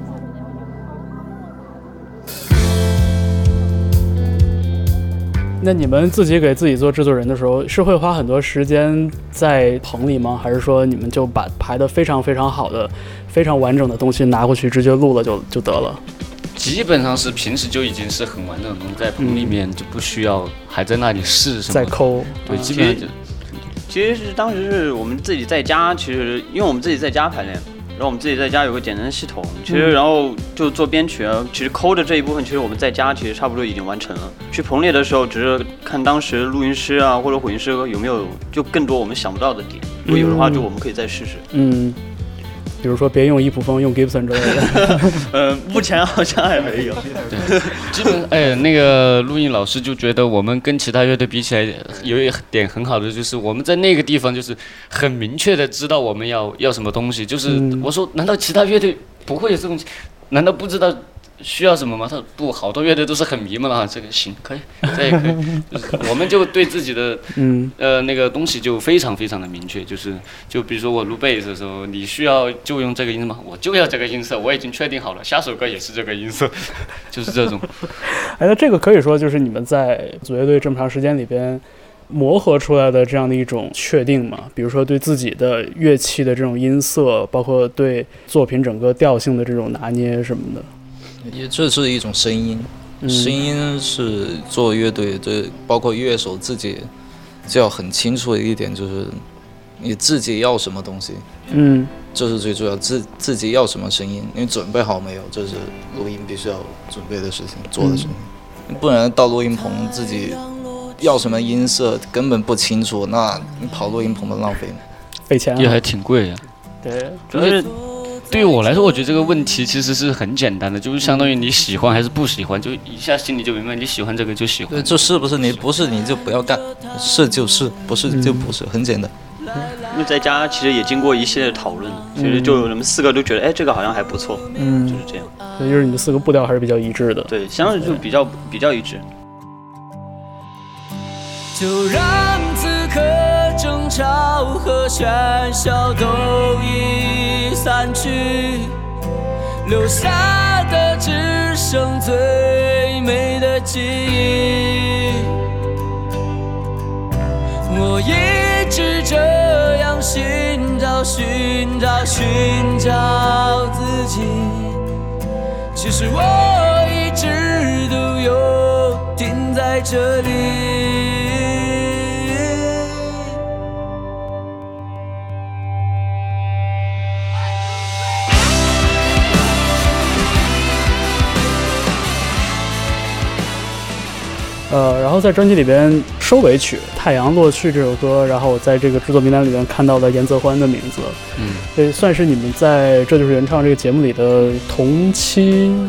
那你们自己给自己做制作人的时候，是会花很多时间在棚里吗？还是说你们就把排得非常非常好的、非常完整的东西拿过去直接录了就得了？ 基本上是平时就已经是很完整的东西，在棚里面就不需要还在那里试什么再抠。 对，基本上就。 其实是当时是我们自己在家，其实因为我们自己在家排练。然后我们自己在家有个简单的系统，其实然后就做编曲啊，其实抠的这一部分，其实我们在家其实差不多已经完成了。去棚里的时候，只是看当时录音师啊或者混音师有没有就更多我们想不到的点，如果有的话，就我们可以再试试。 比如说别用伊普风，用 Gibson 之类的。目前好像还没有。 对，基本那个录音老师就觉得我们跟其他乐队比起来，有一点很好的就是我们在那个地方就是很明确的知道我们要什么东西。就是我说，难道其他乐队不会有这种？难道不知道需要什么吗？他说不，好多乐队都是很迷茫的。这个行，可以，这也可以。就是我们就对自己的那个东西就非常非常的明确。就比如说我录贝斯的时候，你需要就用这个音色吗？我就要这个音色，我已经确定好了，下首歌也是这个音色，就是这种。 那这个可以说就是你们在组乐队这么长时间里边磨合出来的这样的一种确定嘛？比如说对自己的乐器的这种音色，包括对作品整个调性的这种拿捏什么的。 也这是一种声音，声音是做乐队，这包括乐手自己就要很清楚的一点，就是你自己要什么东西，这是最重要，自己要什么声音，你准备好没有？这是录音必须要准备的事情，做的事情，不然到录音棚自己要什么音色根本不清楚，那你跑录音棚的浪费， 费钱也还挺贵呀。 对， 主要是。对于我来说，我觉得这个问题其实是很简单的，就是相当于你喜欢还是不喜欢，就一下心里就明白，你喜欢这个就喜欢。 对，这是不是你不是你就不要干，是就是，不是就不是，很简单。 因为在家其实也经过一系列讨论，其实就我们4个都觉得，这个好像还不错，就是这样。 所以就是你们4个步调还是比较一致的。 对，相对就比较一致。 就让此刻争吵和喧嚣都已散去，留下的只剩最美的记忆。我一直这样寻找自己，其实我一直都有停在这里。 然后在专辑里边收尾曲《太阳落去》这首歌，然后我在这个制作名单里面看到了严泽欢的名字，这算是你们在这就是原唱这个节目里的同期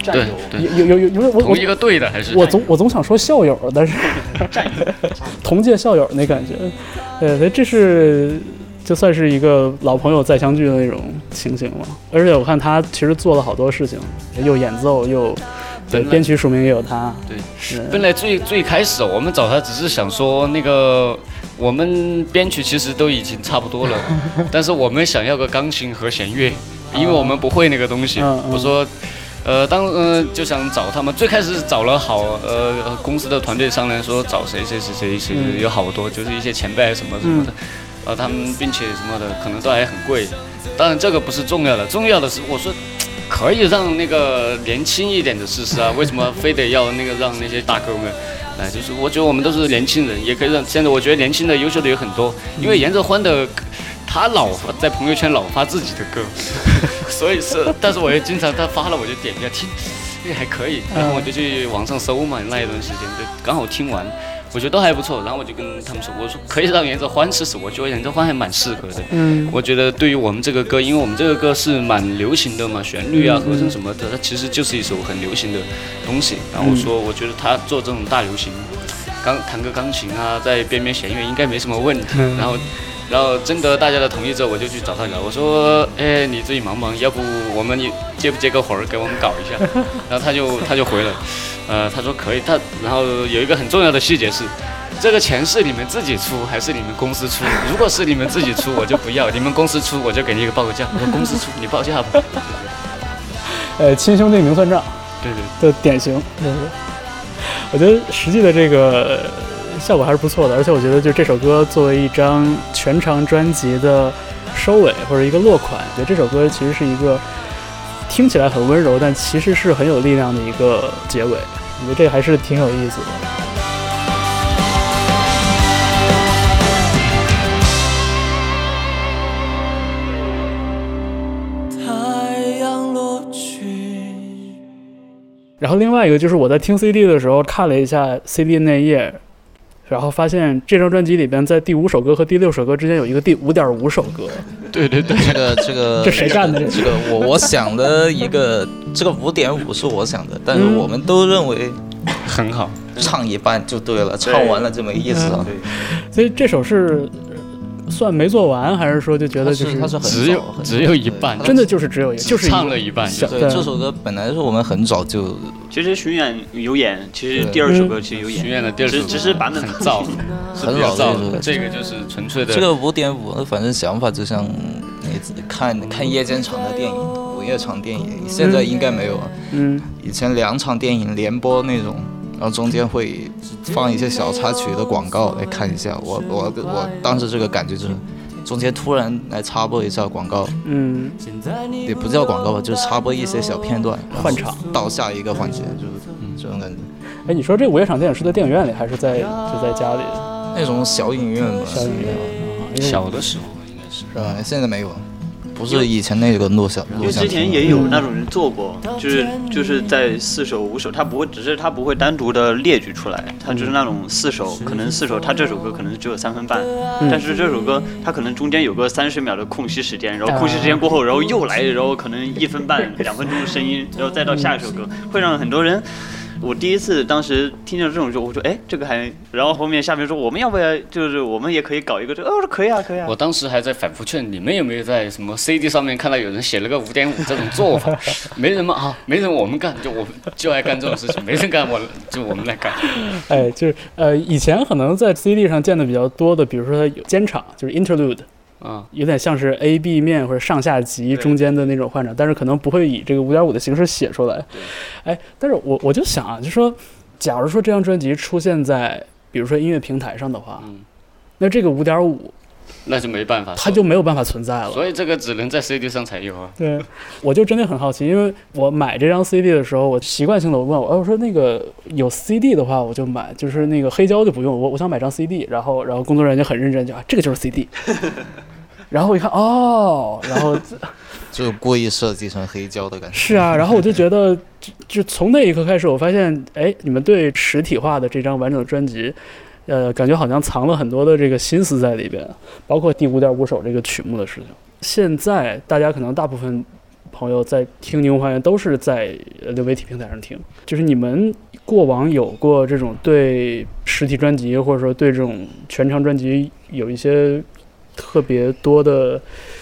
对有同一个队的还是我总想说校友，但是同届校友那感觉，所以这是就算是一个老朋友再相聚的那种情形了。而且我看他其实做了好多事情，又演奏又对编曲署名也有他。 对，本来最开始我们找他只是想说那个我们编曲其实都已经差不多了，但是我们想要个钢琴和弦乐，因为我们不会那个东西。我说。就想找他们，最开始找了公司的团队商量说找谁有好多就是一些前辈什么的，他们并且什么的可能都还很贵，当然这个不是重要的，重要的是我说可以让那个年轻一点的试试啊，为什么非得要那个让那些大哥们来？就是我觉得我们都是年轻人，也可以让现在我觉得年轻的优秀的有很多，因为严哲欢的。他在朋友圈老发自己的歌，所以但是我也经常他发了我就点一下听，还可以，然后我就去网上搜嘛，那一段时间就刚好听完，我觉得都还不错，然后我就跟他们说，我说可以让严哲欢试试，我觉得严哲欢还蛮适合的，我觉得对于我们这个歌，因为我们这个歌是蛮流行的嘛，旋律啊、和声什么的，它其实就是一首很流行的东西，然后我说我觉得他做这种大流行，弹个钢琴啊，再编弦乐应该没什么问题，然后征得大家的同意之后，我就去找他聊。我说，你自己忙不忙？要不我们接不接个活儿给我们搞一下？然后他就回了，他说可以。然后有一个很重要的细节是，这个钱是你们自己出还是你们公司出？如果是你们自己出，我就不要；你们公司出，我就给你一个报个价。我说公司出，你报价吧。 亲兄弟明算账，对的典型。我觉得实际的这个。效果还是不错的，而且我觉得就这首歌作为一张全长专辑的收尾或者一个落款，我觉得这首歌其实是一个听起来很温柔，但其实是很有力量的一个结尾。我觉得这个还是挺有意思的。然后另外一个就是我在听 CD 的时候看了一下 CD 内页。然后发现这张专辑里边，在第5首歌和第6首歌之间有一个第5.5首歌。 对，这个这谁干的？ 这个我想的一个，这个5.5是我想的，但是我们都认为很好， 唱一半就对了，唱完了就没意思了。 所以这首是算没做完，还是说就觉得就是它是只有一半， 真的就是只有就是唱了一半。 对，这首歌本来是我们很早就。 其实巡演有演，其实第2首歌其实有演， 巡演的第2首歌只是版本很燥， 很老的。这个就是纯粹的。 这个5.5，反正想法就像你看夜间场的电影，午夜场电影，现在应该没有了。以前2场电影连播那种，然后中间会放一些小插曲的广告来看一下。我当时这个感觉就是。中间突然来插播一下广告，也不叫广告吧，就是插播一些小片段， 换场到下一个环节，就是这种感觉。 你说这午夜场电影是在电影院里还是在家里？ 那种小影院吧， 小影院， 小的时候应该是吧？现在没有。不是以前那个录像， 因为之前也有那种人做过，就是在4首5首，他不会单独的列举出来，他就是那种4首，可能4首，他这首歌可能只有3分半，但是这首歌他可能中间有个30秒的空隙时间，然后空隙时间过后，然后又来，然后可能1分半、2分钟的声音，然后再到下一首歌，会让很多人。我第一次当时听见这种时候，我说这个还，然后后面下面说我们要不要，就是我们也可以搞一个这个，我说可以啊。 我当时还在反复劝你们有没有在什么 CD 上面看到有人写了个5.5这种做法，没人嘛啊，没人我们干，我们就爱干这种事情，没人干我们来干。 就是以前可能在 CD 上见的比较多的，比如说它有间场，就是 interlude。有点像是 A、B 面或者上下集中间的那种换场，但是可能不会以这个5.5的形式写出来。但是我就想啊，就说，假如说这张专辑出现在比如说音乐平台上的话，那这个5.5， 那就没办法， 它就没有办法存在了。 所以这个只能在 CD 上才有啊。 对，我就真的很好奇，因为我买这张 CD 的时候，我习惯性的问我说那个有 CD 的话我就买，就是那个黑胶就不用，我想买张 CD， 然后工作人员就很认真就这个就是 CD。然后我一看然后就故意设计成黑胶的感觉。 是啊，然后我就觉得就从那一刻开始，我发现你们对实体化的这张完整的专辑，感觉好像藏了很多的这个心思在里边，包括第5.5首这个曲目的事情。现在大家可能大部分朋友在听《霓虹花园》都是在流媒体平台上听，就是你们过往有过这种对实体专辑或者说对这种全长专辑有一些特别多的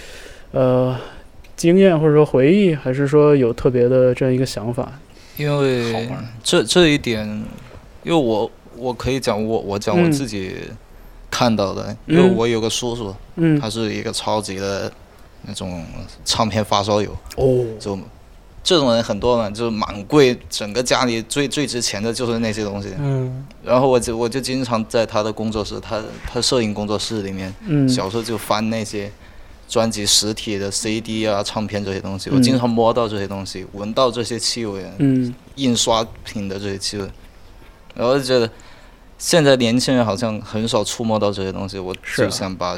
经验或者说回忆，还是说有特别的这样一个想法？ 因为这一点，因为我可以讲我讲我自己看到的，因为我有个叔叔，他是一个超级的那种唱片发烧友，就这种人很多嘛，就是蛮贵，整个家里最值钱的就是那些东西。然后我就经常在他的工作室，他摄影工作室里面，小时候就翻那些专辑实体的 CD 啊、唱片这些东西，我经常摸到这些东西，闻到这些气味，印刷品的这些气味，然后就觉得现在年轻人好像很少触摸到这些东西，我就想把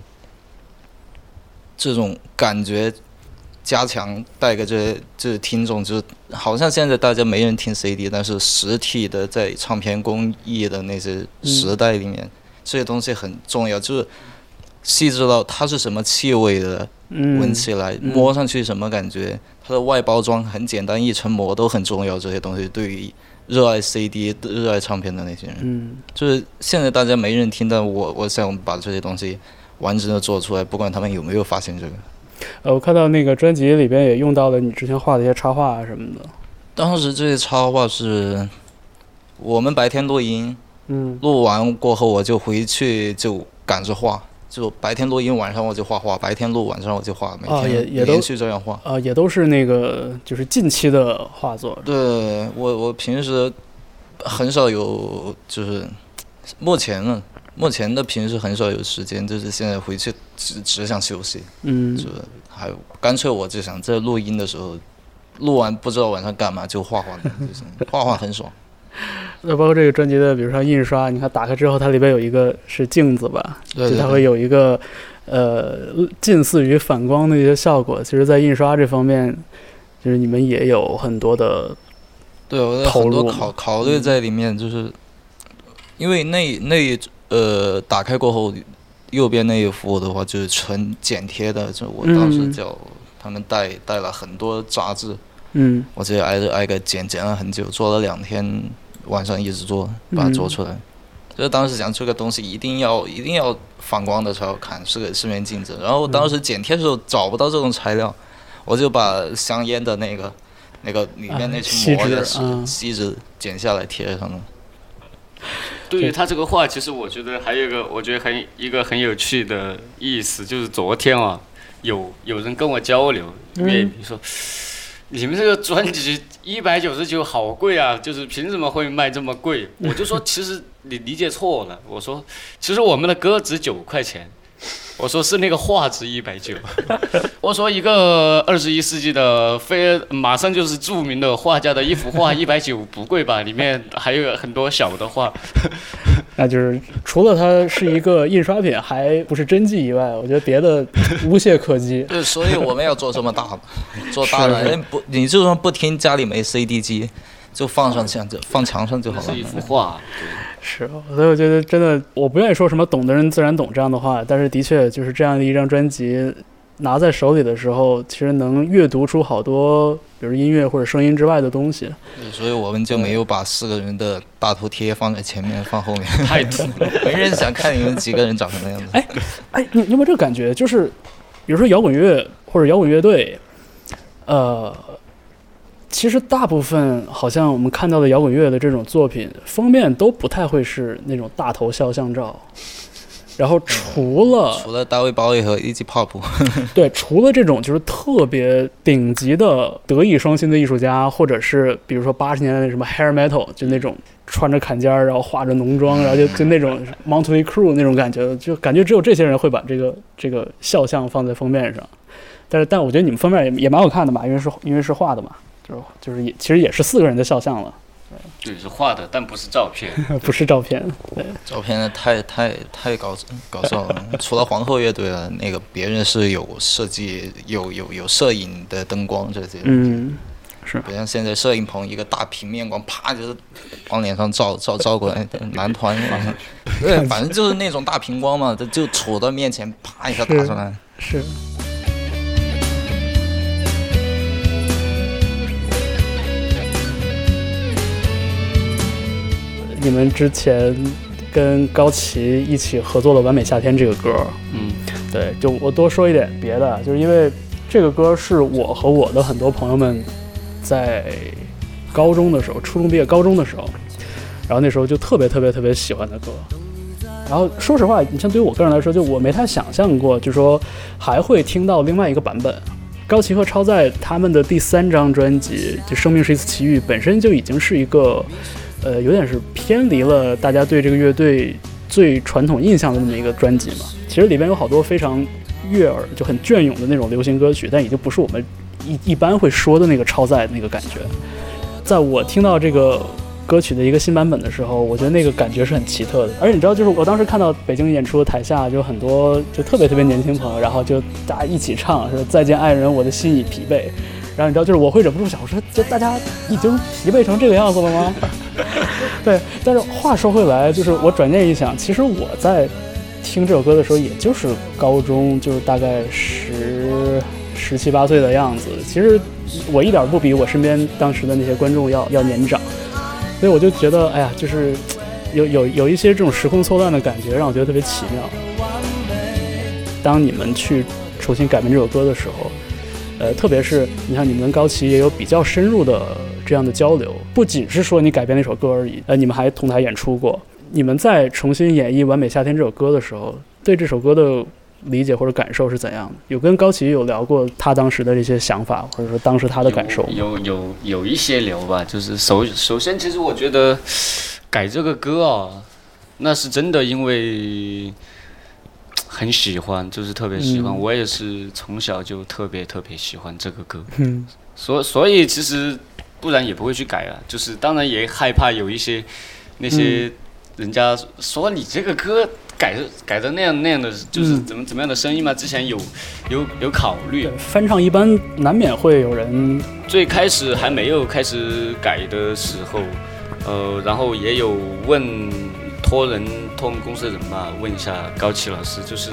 这种感觉加强带给这些听众，就是好像现在大家没人听 CD， 但是实体的在唱片工艺的那些时代里面，这些东西很重要，就是细致到它是什么气味的，闻起来摸上去什么感觉，它的外包装很简单，一层膜都很重要，这些东西对于热爱 CD 热爱唱片的那些人，就是现在大家没人听，但我想把这些东西完整的做出来，不管他们有没有发现这个。 我看到那个专辑里边也用到了你之前画的一些插画啊什么的。 当时这些插画是我们白天录音，录完过后我就回去就赶着画，就白天录音，晚上我就画，白天录，晚上我就画，每天连续这样画。 也都是那个就是近期的画作。 对，我平时很少有，就是目前的平时很少有时间，就是现在回去只想休息。就还干脆我就想在录音的时候，录完不知道晚上干嘛就画，就是画很爽。 那包括这个专辑的，比如说印刷，你看打开之后，它里边有一个是镜子吧， 对， 就它会有一个近似于反光的一些效果。其实，在印刷这方面，就是你们也有很多的对，我有很多考虑在里面，就是因为打开过后，右边那一幅的话就是纯剪贴的，就我当时叫他们带了很多杂志。我直接挨个剪了很久，做了2天，晚上一直做，把它做出来。就是当时想这个东西一定要反光的才好看，是面镜子。然后当时剪贴的时候找不到这种材料，我就把香烟的那个里面那层膜的锡纸剪下来贴上了。 对于他这个画，其实我觉得还有一个很有趣的意思，就是昨天啊，有人跟我交流，因为比如说。你们这个专辑199好贵啊，就是凭什么会卖这么贵？我就说其实你理解错了，我说其实我们的歌值9块钱，我说是那个画值190。我说一个21世纪的马上就是著名的画家的一幅画190不贵吧？里面还有很多小的画。 那就是除了它是一个印刷品，还不是真迹以外，我觉得别的无懈可击。 对，所以我们要做这么大，做大了，你就算不听，家里没 CD 机，就放墙上就好了。 是一幅画。 是，所以我觉得真的，我不愿意说什么懂的人自然懂这样的话，但是的确就是这样的一张专辑拿在手里的时候，其实能阅读出好多比如音乐或者声音之外的东西。 所以我们就没有把4个人的大头贴放在前面放后面，太土了，没人想看你们几个人长什么样子。 你有没有这个感觉？就是比如说摇滚乐或者摇滚乐队，其实大部分好像我们看到的摇滚乐的这种作品封面都不太会是那种大头肖像照。然后除了大卫鲍威和Iggy Pop， 对，除了这种就是特别顶级的德艺双馨的艺术家，或者是比如说80年代的什么 hair metal， 就那种穿着坎肩然后化着浓妆，然后就那种 Motley Crue 那种感觉，就感觉只有这些人会把这个肖像放在封面上。但我觉得你们封面也蛮好看的嘛，因为是画的嘛，就是其实也是4个人的肖像了。 对，是画的，但不是照片。 不是照片，对， 照片太搞笑了。除了皇后乐队了，那个别人是有设计、有摄影的灯光这些。 是。 不像现在摄影棚一个大平面光，啪就是往脸上照过来，男团对，反正就是那种大平光嘛，就杵到面前，啪一下打出来。 是。 你们之前跟高旗一起合作了《完美夏天》这个歌。对，就我多说一点别的，就是因为这个歌是我和我的很多朋友们在高中的时候，初中毕业高中的时候，然后那时候就特别喜欢的歌。然后说实话，你像对于我个人来说，就我没太想象过，就说还会听到另外一个版本。高旗和超载他们的第3张专辑就《生命是一次奇遇》本身就已经是一个有点是偏离了大家对这个乐队最传统印象的那么一个专辑嘛。其实里边有好多非常悦耳就很隽永的那种流行歌曲，但已经不是我们一般会说的那个超载那个感觉。在我听到这个歌曲的一个新版本的时候，我觉得那个感觉是很奇特的。而且你知道，就是我当时看到北京演出的台下就很多就特别年轻朋友，然后就大家一起唱说再见爱人我的心已疲惫。然后你知道，就是我会忍不住想，我说这大家已经疲惫成这个样子了吗？对。但是话说回来，就是我转念一想，其实我在听这首歌的时候也就是高中，就是大概17、18岁的样子。其实我一点不比我身边当时的那些观众要年长，所以我就觉得，哎呀，就是有一些这种时空错乱的感觉，让我觉得特别奇妙。当你们去重新改编这首歌的时候，特别是你看你们跟高旗也有比较深入的这样的交流，不仅是说你改编那首歌而已，你们还同台演出过。你们在重新演绎《完美夏天》这首歌的时候，对这首歌的理解或者感受是怎样的？有跟高旗有聊过他当时的这些想法，或者说当时他的感受？ 有一些聊吧，就是首先，其实我觉得改这个歌啊，那是真的，因为很喜欢，就是特别喜欢。我也是从小就特别喜欢这个歌，所以其实不然也不会去改啊。就是当然也害怕有一些那些人家说你这个歌改的那样的，就是怎么样的声音嘛。之前有考虑， 翻唱一般难免会有人。 最开始还没有开始改的时候，然后也有托我们公司的人吧，问一下高旗老师，就是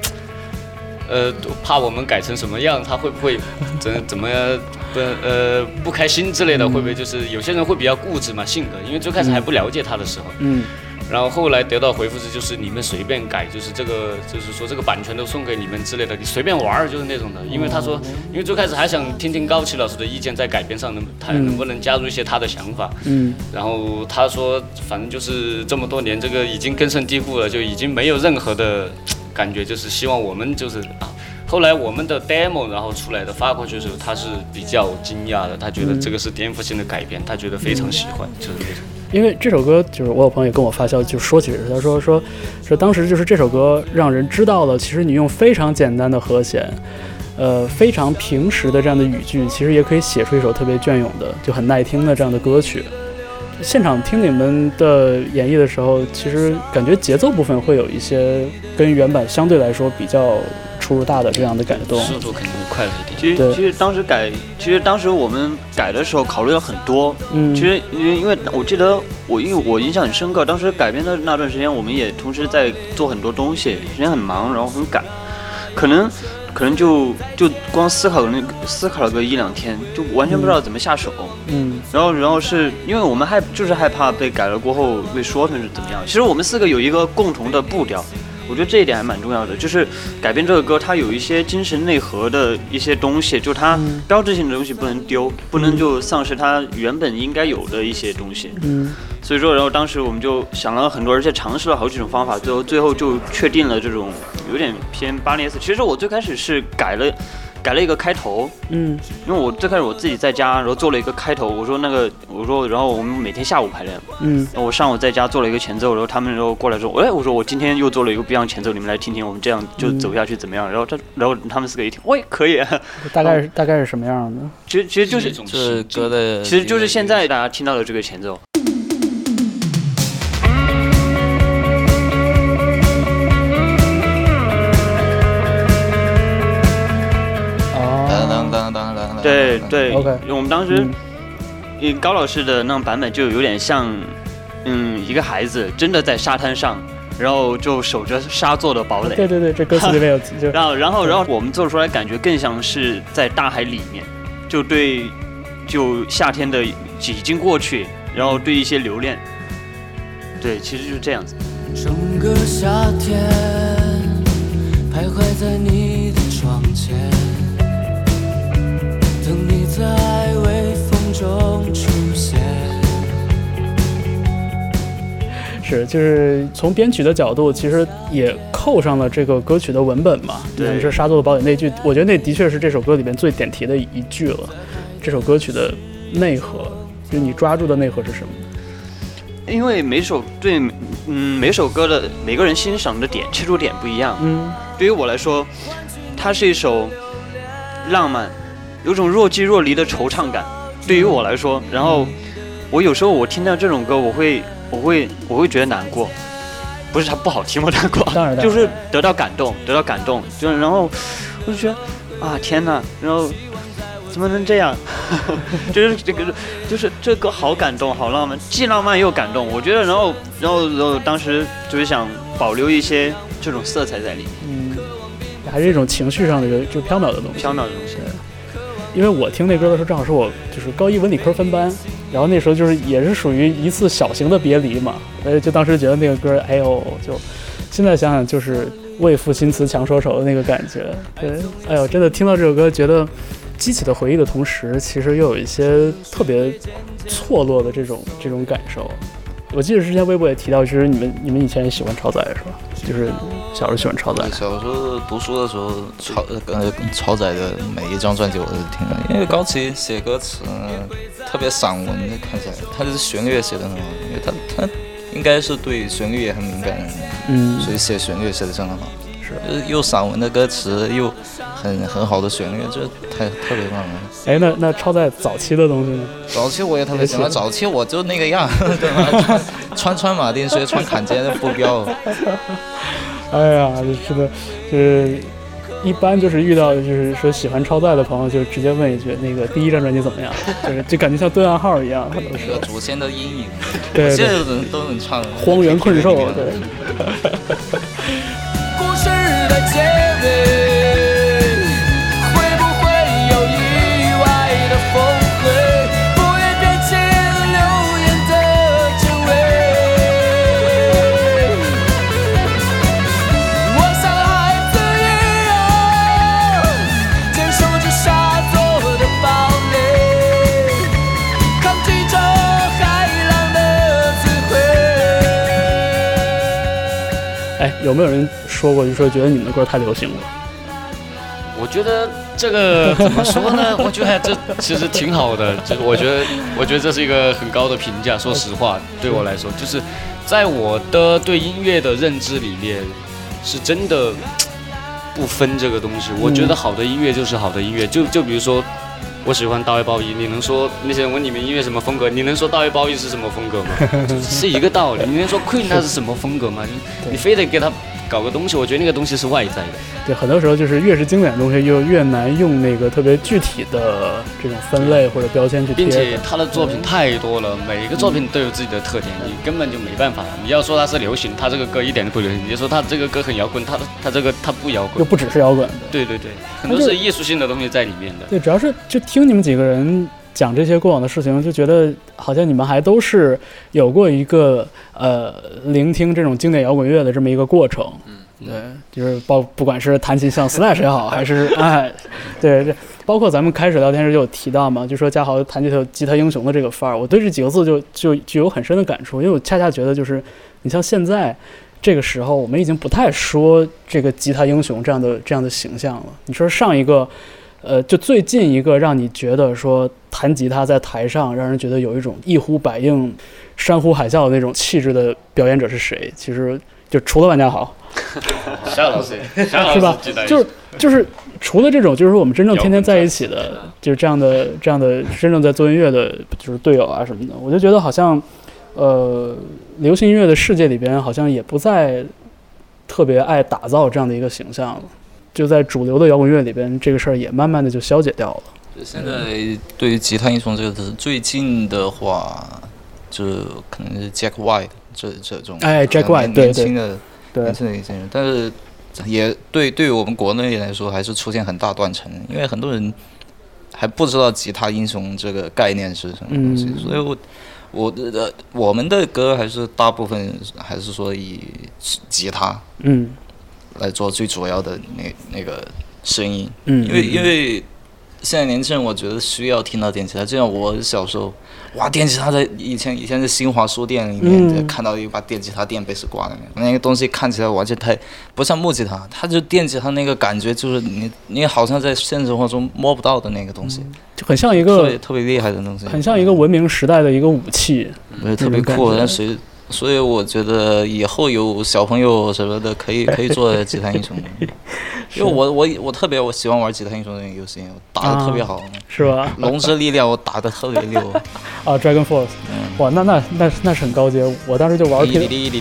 怕我们改成什么样，他会不会怎么不开心之类的，会不会就是有些人会比较固执嘛，性格，因为最开始还不了解他的时候，然后后来得到回复是，就是你们随便改，就是说这个版权都送给你们之类的，你随便玩就是那种的。因为他说，因为最开始还想听听高旗老师的意见，在改编上他能不能加入一些他的想法。然后他说，反正就是这么多年，这个已经根深蒂固了，就已经没有任何的感觉，就是希望我们就是啊。后来我们的 demo 然后出来的发过去的时候，他是比较惊讶的，他觉得这个是颠覆性的改编，他觉得非常喜欢，就是那种。 因为这首歌就是我有朋友也跟我发消息，就说起他说当时就是这首歌让人知道了，其实你用非常简单的和弦，非常平实的这样的语句，其实也可以写出一首特别隽永的就很耐听的这样的歌曲。现场听你们的演绎的时候，其实感觉节奏部分会有一些跟原版相对来说比较出入大的这样的改动， 速度肯定会快了一点。其实当时我们改的时候考虑了很多。其实因为我记得因为我印象很深刻，当时改编的那段时间，我们也同时在做很多东西，时间很忙，然后很赶，可能就光思考了个1-2天，就完全不知道怎么下手。然后是因为我们害怕被改了过后被说成是怎么样。其实我们4个有一个共同的步调。我觉得这一点还蛮重要的，就是改编这个歌，它有一些精神内核的一些东西，就它标志性的东西不能丢，不能就丧失它原本应该有的一些东西。所以说，然后当时我们就想了很多，而且尝试了好几种方法，最后就确定了这种有点偏804。其实我最开始是改了一个开头，因为我最开始我自己在家，然后做了一个开头，我说，然后我们每天下午排练，然后我上午在家做了一个前奏，然后他们然后过来说，我说我今天又做了一个不一样前奏，你们来听听，我们这样就走下去怎么样？然后他们4个一听，可以。 大概是什么样的？ 其实就是这歌的， 其实就是现在大家听到的这个前奏。对，我们当时，高老师的那种版本就有点像，一个孩子真的在沙滩上，然后就守着沙做的堡垒。 对，这歌词里面有。 然后我们做出来感觉更像是在大海里面，就夏天的已经过去，然后对一些留恋， 对，其实就是这样子。 整个夏天徘徊在你的窗前，等你在微风中出现。 是，就是从编曲的角度，其实也扣上了这个歌曲的文本嘛。 对， 你说沙作的宝典那句，我觉得那的确是这首歌里面最点题的一句了。这首歌曲的内核，就是你抓住的内核是什么？ 因为每首歌的每个人欣赏的点、切入点不一样。对于我来说，它是一首浪漫，有种若即若离的惆怅感。对于我来说，然后我有时候我听到这种歌，我会觉得难过，不是它不好听，我难过，就是得到感动，就是然后我就觉得啊天哪，然后怎么能这样？就是这个，就是这歌好感动，好浪漫，既浪漫又感动。我觉得，然后当时就是想保留一些这种色彩在里面。 还是一种情绪上的就缥缈的东西。因为我听那歌的时候，正好是我就是高一文理科分班，然后那时候就是也是属于一次小型的别离嘛，所以就当时觉得那个歌，哎呦，就现在想想就是为赋新词强说愁的那个感觉。对，哎呦，真的听到这首歌，觉得激起的回忆的同时，其实又有一些特别错落的这种感受。我记得之前微博也提到，其实你们以前也喜欢超载是吧？就是小时候喜欢超载。 小时候读书的时候，超载的每一张专辑我都听了，因为高旗写歌词特别散文的，看起来他的旋律也写得很好，因为他应该是对旋律也很敏感的，所以写旋律写得真的好。就是又散文的歌词，又很好的旋律，这特别棒了。 哎，那超载早期的东西呢？ 早期我也特别喜欢，早期我就那个样，对吧？穿马丁靴，穿坎肩的布标。 哎呀，真的就是一般就是遇到就是说喜欢超载的朋友，就直接问一句，那个第一张专辑怎么样？就感觉像对暗号一样，很多时候。 祖先的阴影， 对， 现在都能唱。 荒原困兽，对。 故事的结尾会不会有意外的峰回？不愿变成流言的真伪。我像孩子一样坚守着沙作的堡垒，抗拒着海浪的摧毁。 哎，有没有人说过，就说觉得你们的歌太流行了？ 我觉得这个怎么说呢？我觉得这其实挺好的，就是我觉得这是一个很高的评价。说实话，对我来说，就是在我的对音乐的认知里面，是真的不分这个东西。我觉得好的音乐就是好的音乐，就比如说。我喜欢大卫鲍伊，你能说那些人问你们音乐什么风格？你能说大卫鲍伊是什么风格吗？是一个道理。你能说 Queen 他是什么风格吗？你非得给他搞个东西，我觉得那个东西是外在的。 对，很多时候就是越是经典的东西，又越难用那个特别具体的这种分类或者标签去贴。 并且他的作品太多了，每一个作品都有自己的特点，你根本就没办法。你要说他是流行，他这个歌一点都不流行；你说他这个歌很摇滚，他这个他不摇滚， 又不只是摇滚。 对，很多是艺术性的东西在里面的。 对，主要是就听你们几个人讲这些过往的事情，就觉得好像你们还都是有过一个聆听这种经典摇滚乐的这么一个过程。对，就是不管是弹琴像 Slash 也好，还是对，这包括咱们开始聊天时就有提到嘛，就说嘉豪弹吉他英雄的这个范儿，我对这几个字就有很深的感触，因为我恰恰觉得就是你像现在这个时候，我们已经不太说这个吉他英雄这样的形象了。你说上一个就最近一个让你觉得说弹吉他在台上让人觉得有一种一呼百应、山呼海啸的那种气质的表演者是谁？其实就除了万家豪。 夏老师是吧？就是除了这种，就是我们真正天天在一起的，就是这样的真正在做音乐的，就是队友啊什么的，我就觉得好像，流行音乐的世界里边好像也不再特别爱打造这样的一个形象了，就在主流的摇滚乐里边，这个事儿也慢慢的就消解掉了。 现在对于吉他英雄这个词，最近的话，就是可能是 Jack White 这种， 哎 ，Jack White 年轻的。年轻人，但是也对于我们国内来说，还是出现很大断层，因为很多人还不知道吉他英雄这个概念是什么东西，所以我们的歌还是大部分还是说以吉他来做最主要的那个声音，因为现在年轻人我觉得需要听到电吉他，就像我小时候，哇，电吉他在以前在新华书店里面看到一把电吉他电贝斯挂的那个东西，看起来完全太不像木吉他，它就电吉他那个感觉就是你好像在现实生活中摸不到的那个东西， 就很像一个特别厉害的东西， 很像一个文明时代的一个武器， 特别酷，但是。所以我觉得以后有小朋友什么的可以做吉他英雄，因为我特别喜欢玩吉他英雄的游戏，我打得特别好， 是吧？ 龙之力量我打得特别溜。 Dragon Force，哇，那是很高阶，我当时就玩。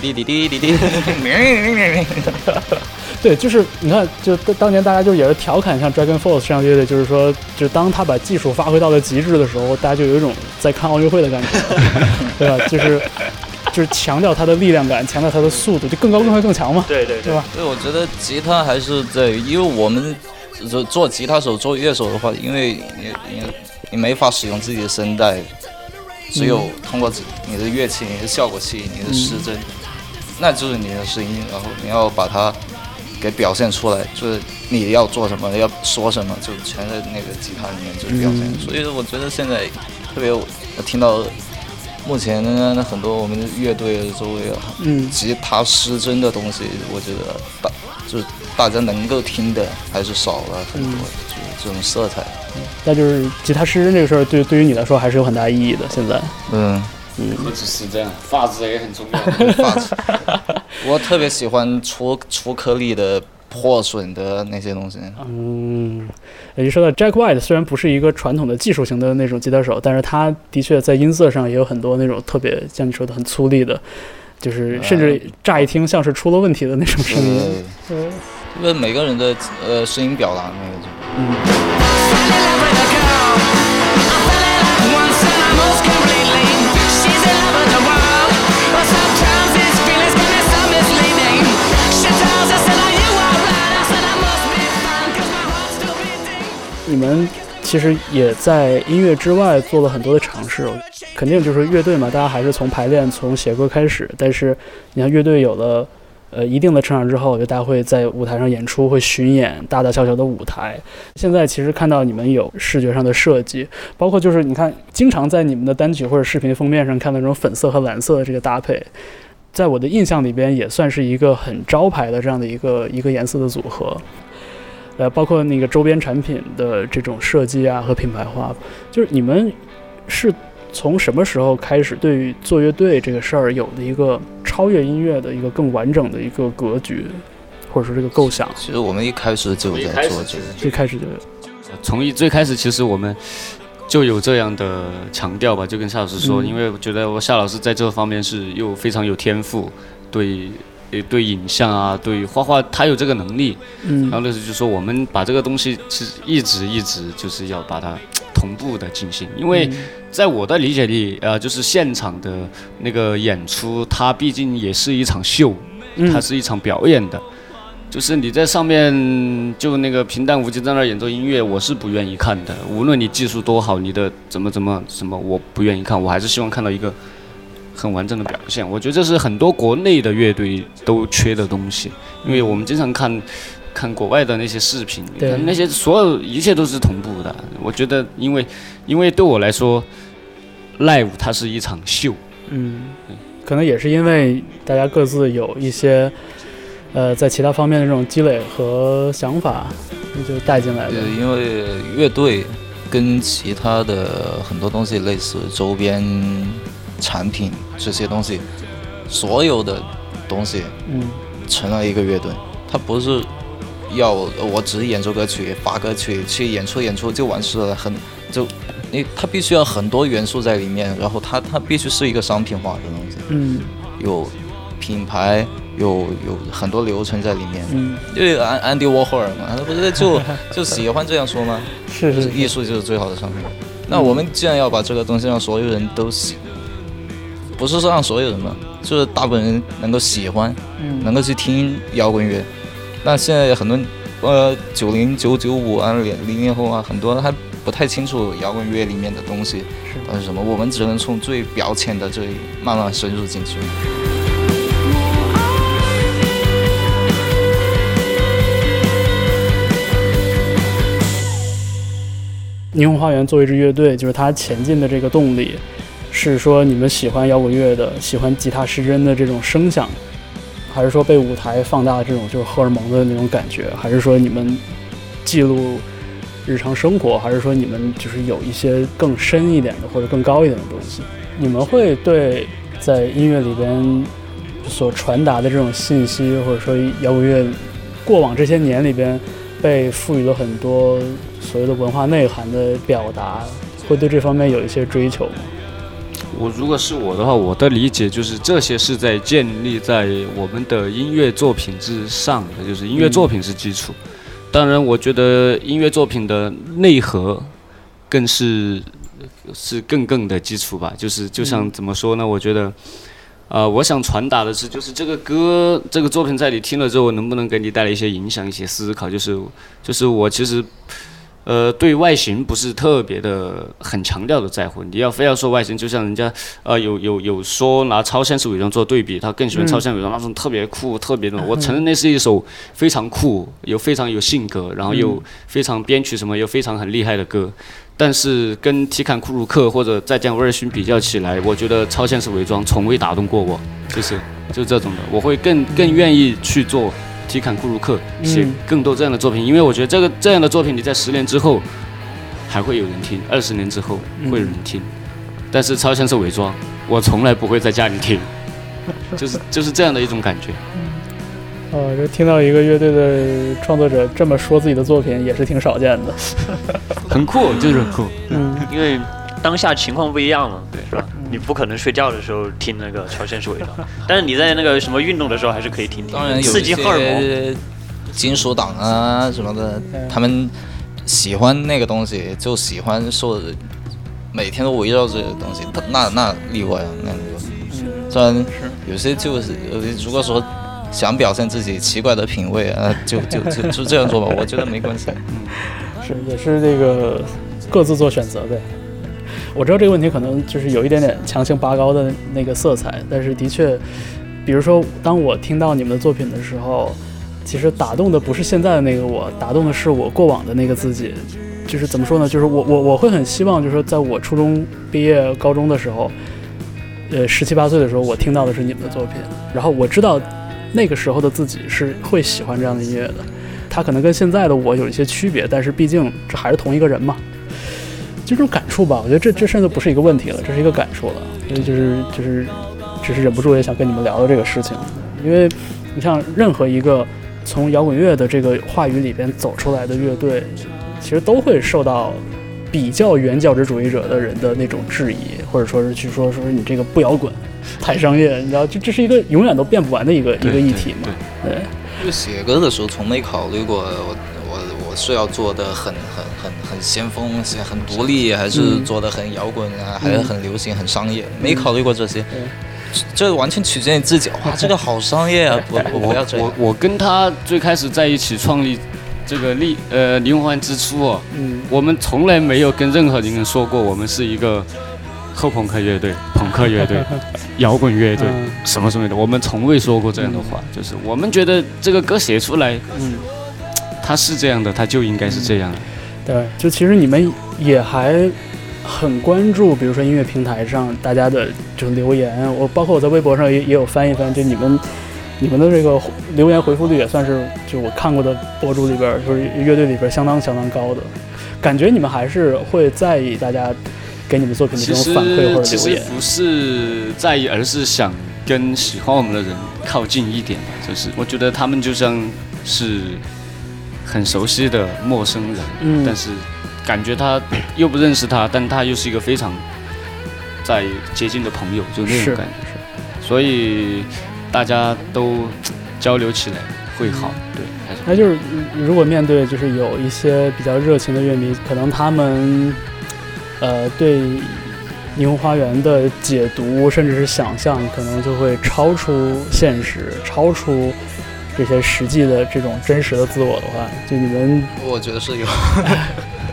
对，就是你看，就当年大家就也是调侃像 Dragon Force 这样乐队，就是说，就当他把技术发挥到了极致的时候，大家就有一种在看奥运会的感觉，对吧？就是强调它的力量感，强调它的速度，就更高、更快、更强嘛。对吧？ 对，我觉得吉他还是在，因为我们做吉他手、做乐手的话，因为你没法使用自己的声带，只有通过你的乐器、你的效果器、你的失真，那就是你的声音，然后你要把它给表现出来，就是你要做什么、要说什么，就全在那个吉他里面就表现。所以我觉得现在特别，我听到。目前呢，很多我们的乐队周围吉他失真的东西，我觉得就是大家能够听的还是少了很多，就是这种色彩。 那就是吉他失真这个事儿，对于你来说还是有很大意义的。现在， 不只是这样，发质也很重要。 发质，我特别喜欢出颗粒的。破损的那些东西。 你说到 Jack White 虽然不是一个传统的技术型的那种吉他手，但是他的确在音色上也有很多那种特别像你说的很粗粝的，就是甚至乍一听像是出了问题的那种声音。 因为每个人的声音表达那种。 你们其实也在音乐之外做了很多的尝试，肯定就是乐队嘛，大家还是从排练、从写歌开始。但是你看乐队有了一定的成长之后，就大家会在舞台上演出，会巡演大大小小的舞台。现在其实看到你们有视觉上的设计，包括就是你看经常在你们的单曲或者视频封面上看到那种粉色和蓝色的这个搭配，在我的印象里边也算是一个很招牌的这样的一个颜色的组合。包括那个周边产品的这种设计啊和品牌化，就是你们是从什么时候开始对于做乐队这个事儿有的一个超越音乐的一个更完整的一个格局，或者说这个构想？ 其实我们一开始就在做这个， 最开始就有。 从最开始其实我们就有这样的强调吧，就跟夏老师说，因为我觉得夏老师在这方面是又非常有天赋，对影像啊，对画画，他有这个能力。然后那时候就说，我们把这个东西其实一直就是要把它同步的进行，因为在我的理解里，就是现场的那个演出，它毕竟也是一场秀，它是一场表演的。就是你在上面就那个平淡无奇在那演奏音乐，我是不愿意看的。无论你技术多好，你的怎么什么，我不愿意看，我还是希望看到一个很完整的表现。我觉得这是很多国内的乐队都缺的东西，因为我们经常看国外的那些视频，那些所有一切都是同步的。我觉得因为对我来说 ，live 它是一场秀。 可能也是因为大家各自有一些在其他方面的这种积累和想法，就带进来的。 因为乐队跟其他的很多东西类似，周边产品这些东西，所有的东西成了一个乐队。它不是要我只演奏歌曲、发歌曲去演出就完事了，它必须要很多元素在里面，然后它必须是一个商品化的东西。有品牌，有很多流程在里面。因为安迪沃霍尔嘛，他不是就喜欢这样说吗？ 是艺术就是最好的商品。那我们既然要把这个东西让所有人都不是说让所有人嘛，就是大部分人能够喜欢，能够去听摇滚乐。那现在很多90、95啊、00后啊，很多还不太清楚摇滚乐里面的东西是什么，我们只能从最表浅的这里慢慢深入进去。 霓虹花园作为一支乐队，就是它前进的这个动力，是说你们喜欢摇滚乐的，喜欢吉他失真的这种声响，还是说被舞台放大的这种就是荷尔蒙的那种感觉，还是说你们记录日常生活，还是说你们就是有一些更深一点的或者更高一点的东西？你们会对在音乐里边所传达的这种信息，或者说摇滚乐过往这些年里边被赋予了很多所谓的文化内涵的表达，会对这方面有一些追求吗？ 如果是我的话，我的理解就是这些是在建立在我们的音乐作品之上的，就是音乐作品是基础。当然，我觉得音乐作品的内核更是更的基础吧。就像怎么说呢？我觉得，我想传达的是，就是这个歌这个作品在你听了之后，能不能给你带来一些影响、一些思考？就是我其实。对外形不是特别的很强调的在乎，你非要说外形，就像人家有说拿超现实伪装做对比，他更喜欢超现实伪装那种特别酷、特别的。我承认那是一首非常酷、非常有性格，然后又非常编曲什么又非常很厉害的歌。但是跟提坎库鲁克或者再将威尔逊比较起来，我觉得超现实伪装从未打动过我，就是这种的，我会更愿意去做。提坎库鲁克写更多这样的作品，因为我觉得这样的作品，你在10年之后还会有人听，20年之后会有人听。但是超现实伪装，我从来不会在家里听，就是这样的一种感觉。 就听到一个乐队的创作者这么说自己的作品，也是挺少见的。 很酷，就是很酷。 因为当下情况不一样嘛，对，是吧？你不可能睡觉的时候听那个超现实伪装，但是你在那个什么运动的时候还是可以听， 当然有刺激荷尔蒙。 金属党啊什么的，他们喜欢那个东西，就喜欢说每天都围绕这个东西，那例外啊，那例外。虽然有些就是如果说想表现自己奇怪的品味啊，就这样做吧，我觉得没关系。 也是这个各自做选择呗。我知道这个问题可能就是有一点点强行拔高的那个色彩，但是的确，比如说当我听到你们的作品的时候，其实打动的不是现在的那个我，打动的是我过往的那个自己。就是怎么说呢？就是我会很希望，就是说在我初中毕业、高中的时候，17、18岁的时候，我听到的是你们的作品，然后我知道那个时候的自己是会喜欢这样的音乐的。他可能跟现在的我有一些区别，但是毕竟这还是同一个人嘛。这种感触吧，我觉得这甚至不是一个问题了，这是一个感触了。所以就是只是忍不住也想跟你们聊聊这个事情，因为你像任何一个从摇滚乐的这个话语里边走出来的乐队，其实都会受到比较原教旨主义者的人的那种质疑，或者说是去说你这个不摇滚，太商业，你知道，这是一个永远都变不完的一个议题嘛。对。 就写歌的时候从没考虑过我是要做的很先锋，很独立，还是做的很摇滚啊，还是很流行、很商业，没考虑过这些。这完全取决于自己。哇，这个好商业啊！不要这样。 我跟他最开始在一起创立这个霓虹花园之初我们从来没有跟任何人说过我们是一个后朋克乐队、朋克乐队、摇滚乐队什么什么的，我们从未说过这样的话。就是我们觉得这个歌写出来，它是这样的，它就应该是这样的。 对，就其实你们也还很关注，比如说音乐平台上大家的就是留言，包括我在微博上也有翻一翻，就你们的这个留言回复率也算是就我看过的博主里边，就是乐队里边相当高的。感觉你们还是会在意大家给你们作品的这种反馈或者留言。 其实不是在意，而是想跟喜欢我们的人靠近一点。就是我觉得他们就像是很熟悉的陌生人，但是感觉他又不认识他，但他又是一个非常在接近的朋友，就那种感觉。所以大家都交流起来会好。对， 那就是如果面对就是有一些比较热情的乐迷，可能他们对霓虹花园的解读甚至是想象，可能就会超出现实，超出这些实际的这种真实的自我的话，就你们， 我觉得是有。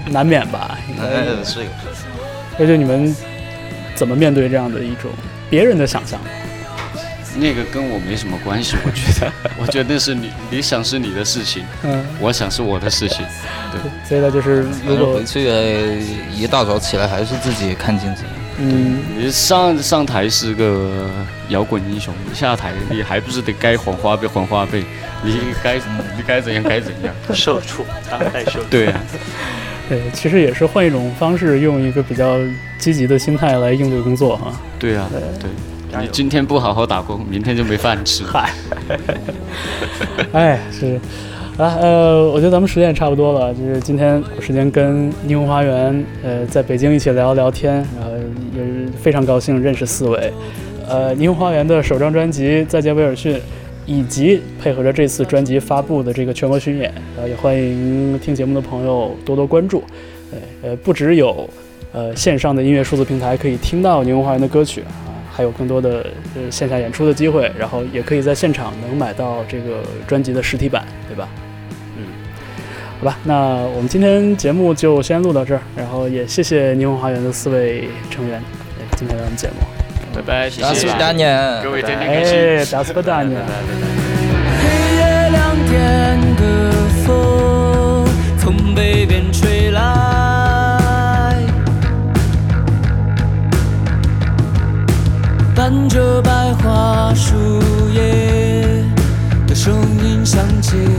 难免吧？ 是有。 而且你们怎么面对这样的一种别人的想象？ 那个跟我没什么关系，我觉得是你想是你的事情，我想是我的事情，对。 所以呢，就是如果回去一大早起来还是自己看镜子。 你上台是个摇滚英雄，你下台你还不是得该还花呗，你该怎样该怎样， 社畜当代社畜。 对啊， 对，其实也是换一种方式，用一个比较积极的心态来应对工作哈。 对啊，对。你今天不好好打工，明天就没饭吃。 嗨，哎，是啊，我觉得咱们时间也差不多了，就是今天有时间跟霓虹花园在北京一起聊聊天，然后也是非常高兴认识4位。霓虹花园的首张专辑《再见威尔逊》，以及配合着这次专辑发布的这个全国巡演，也欢迎听节目的朋友多多关注。不只有线上的音乐数字平台可以听到霓虹花园的歌曲还有更多的线下演出的机会，然后也可以在现场能买到这个专辑的实体版，对吧？好吧，那我们今天节目就先录到这儿，然后也谢谢霓虹花园的4位成员今天来我们节目， 拜拜，谢谢各位天天开心 ，Das Bedanie。 黑夜2点的风从北边吹来，伴着百花树叶的声音响起。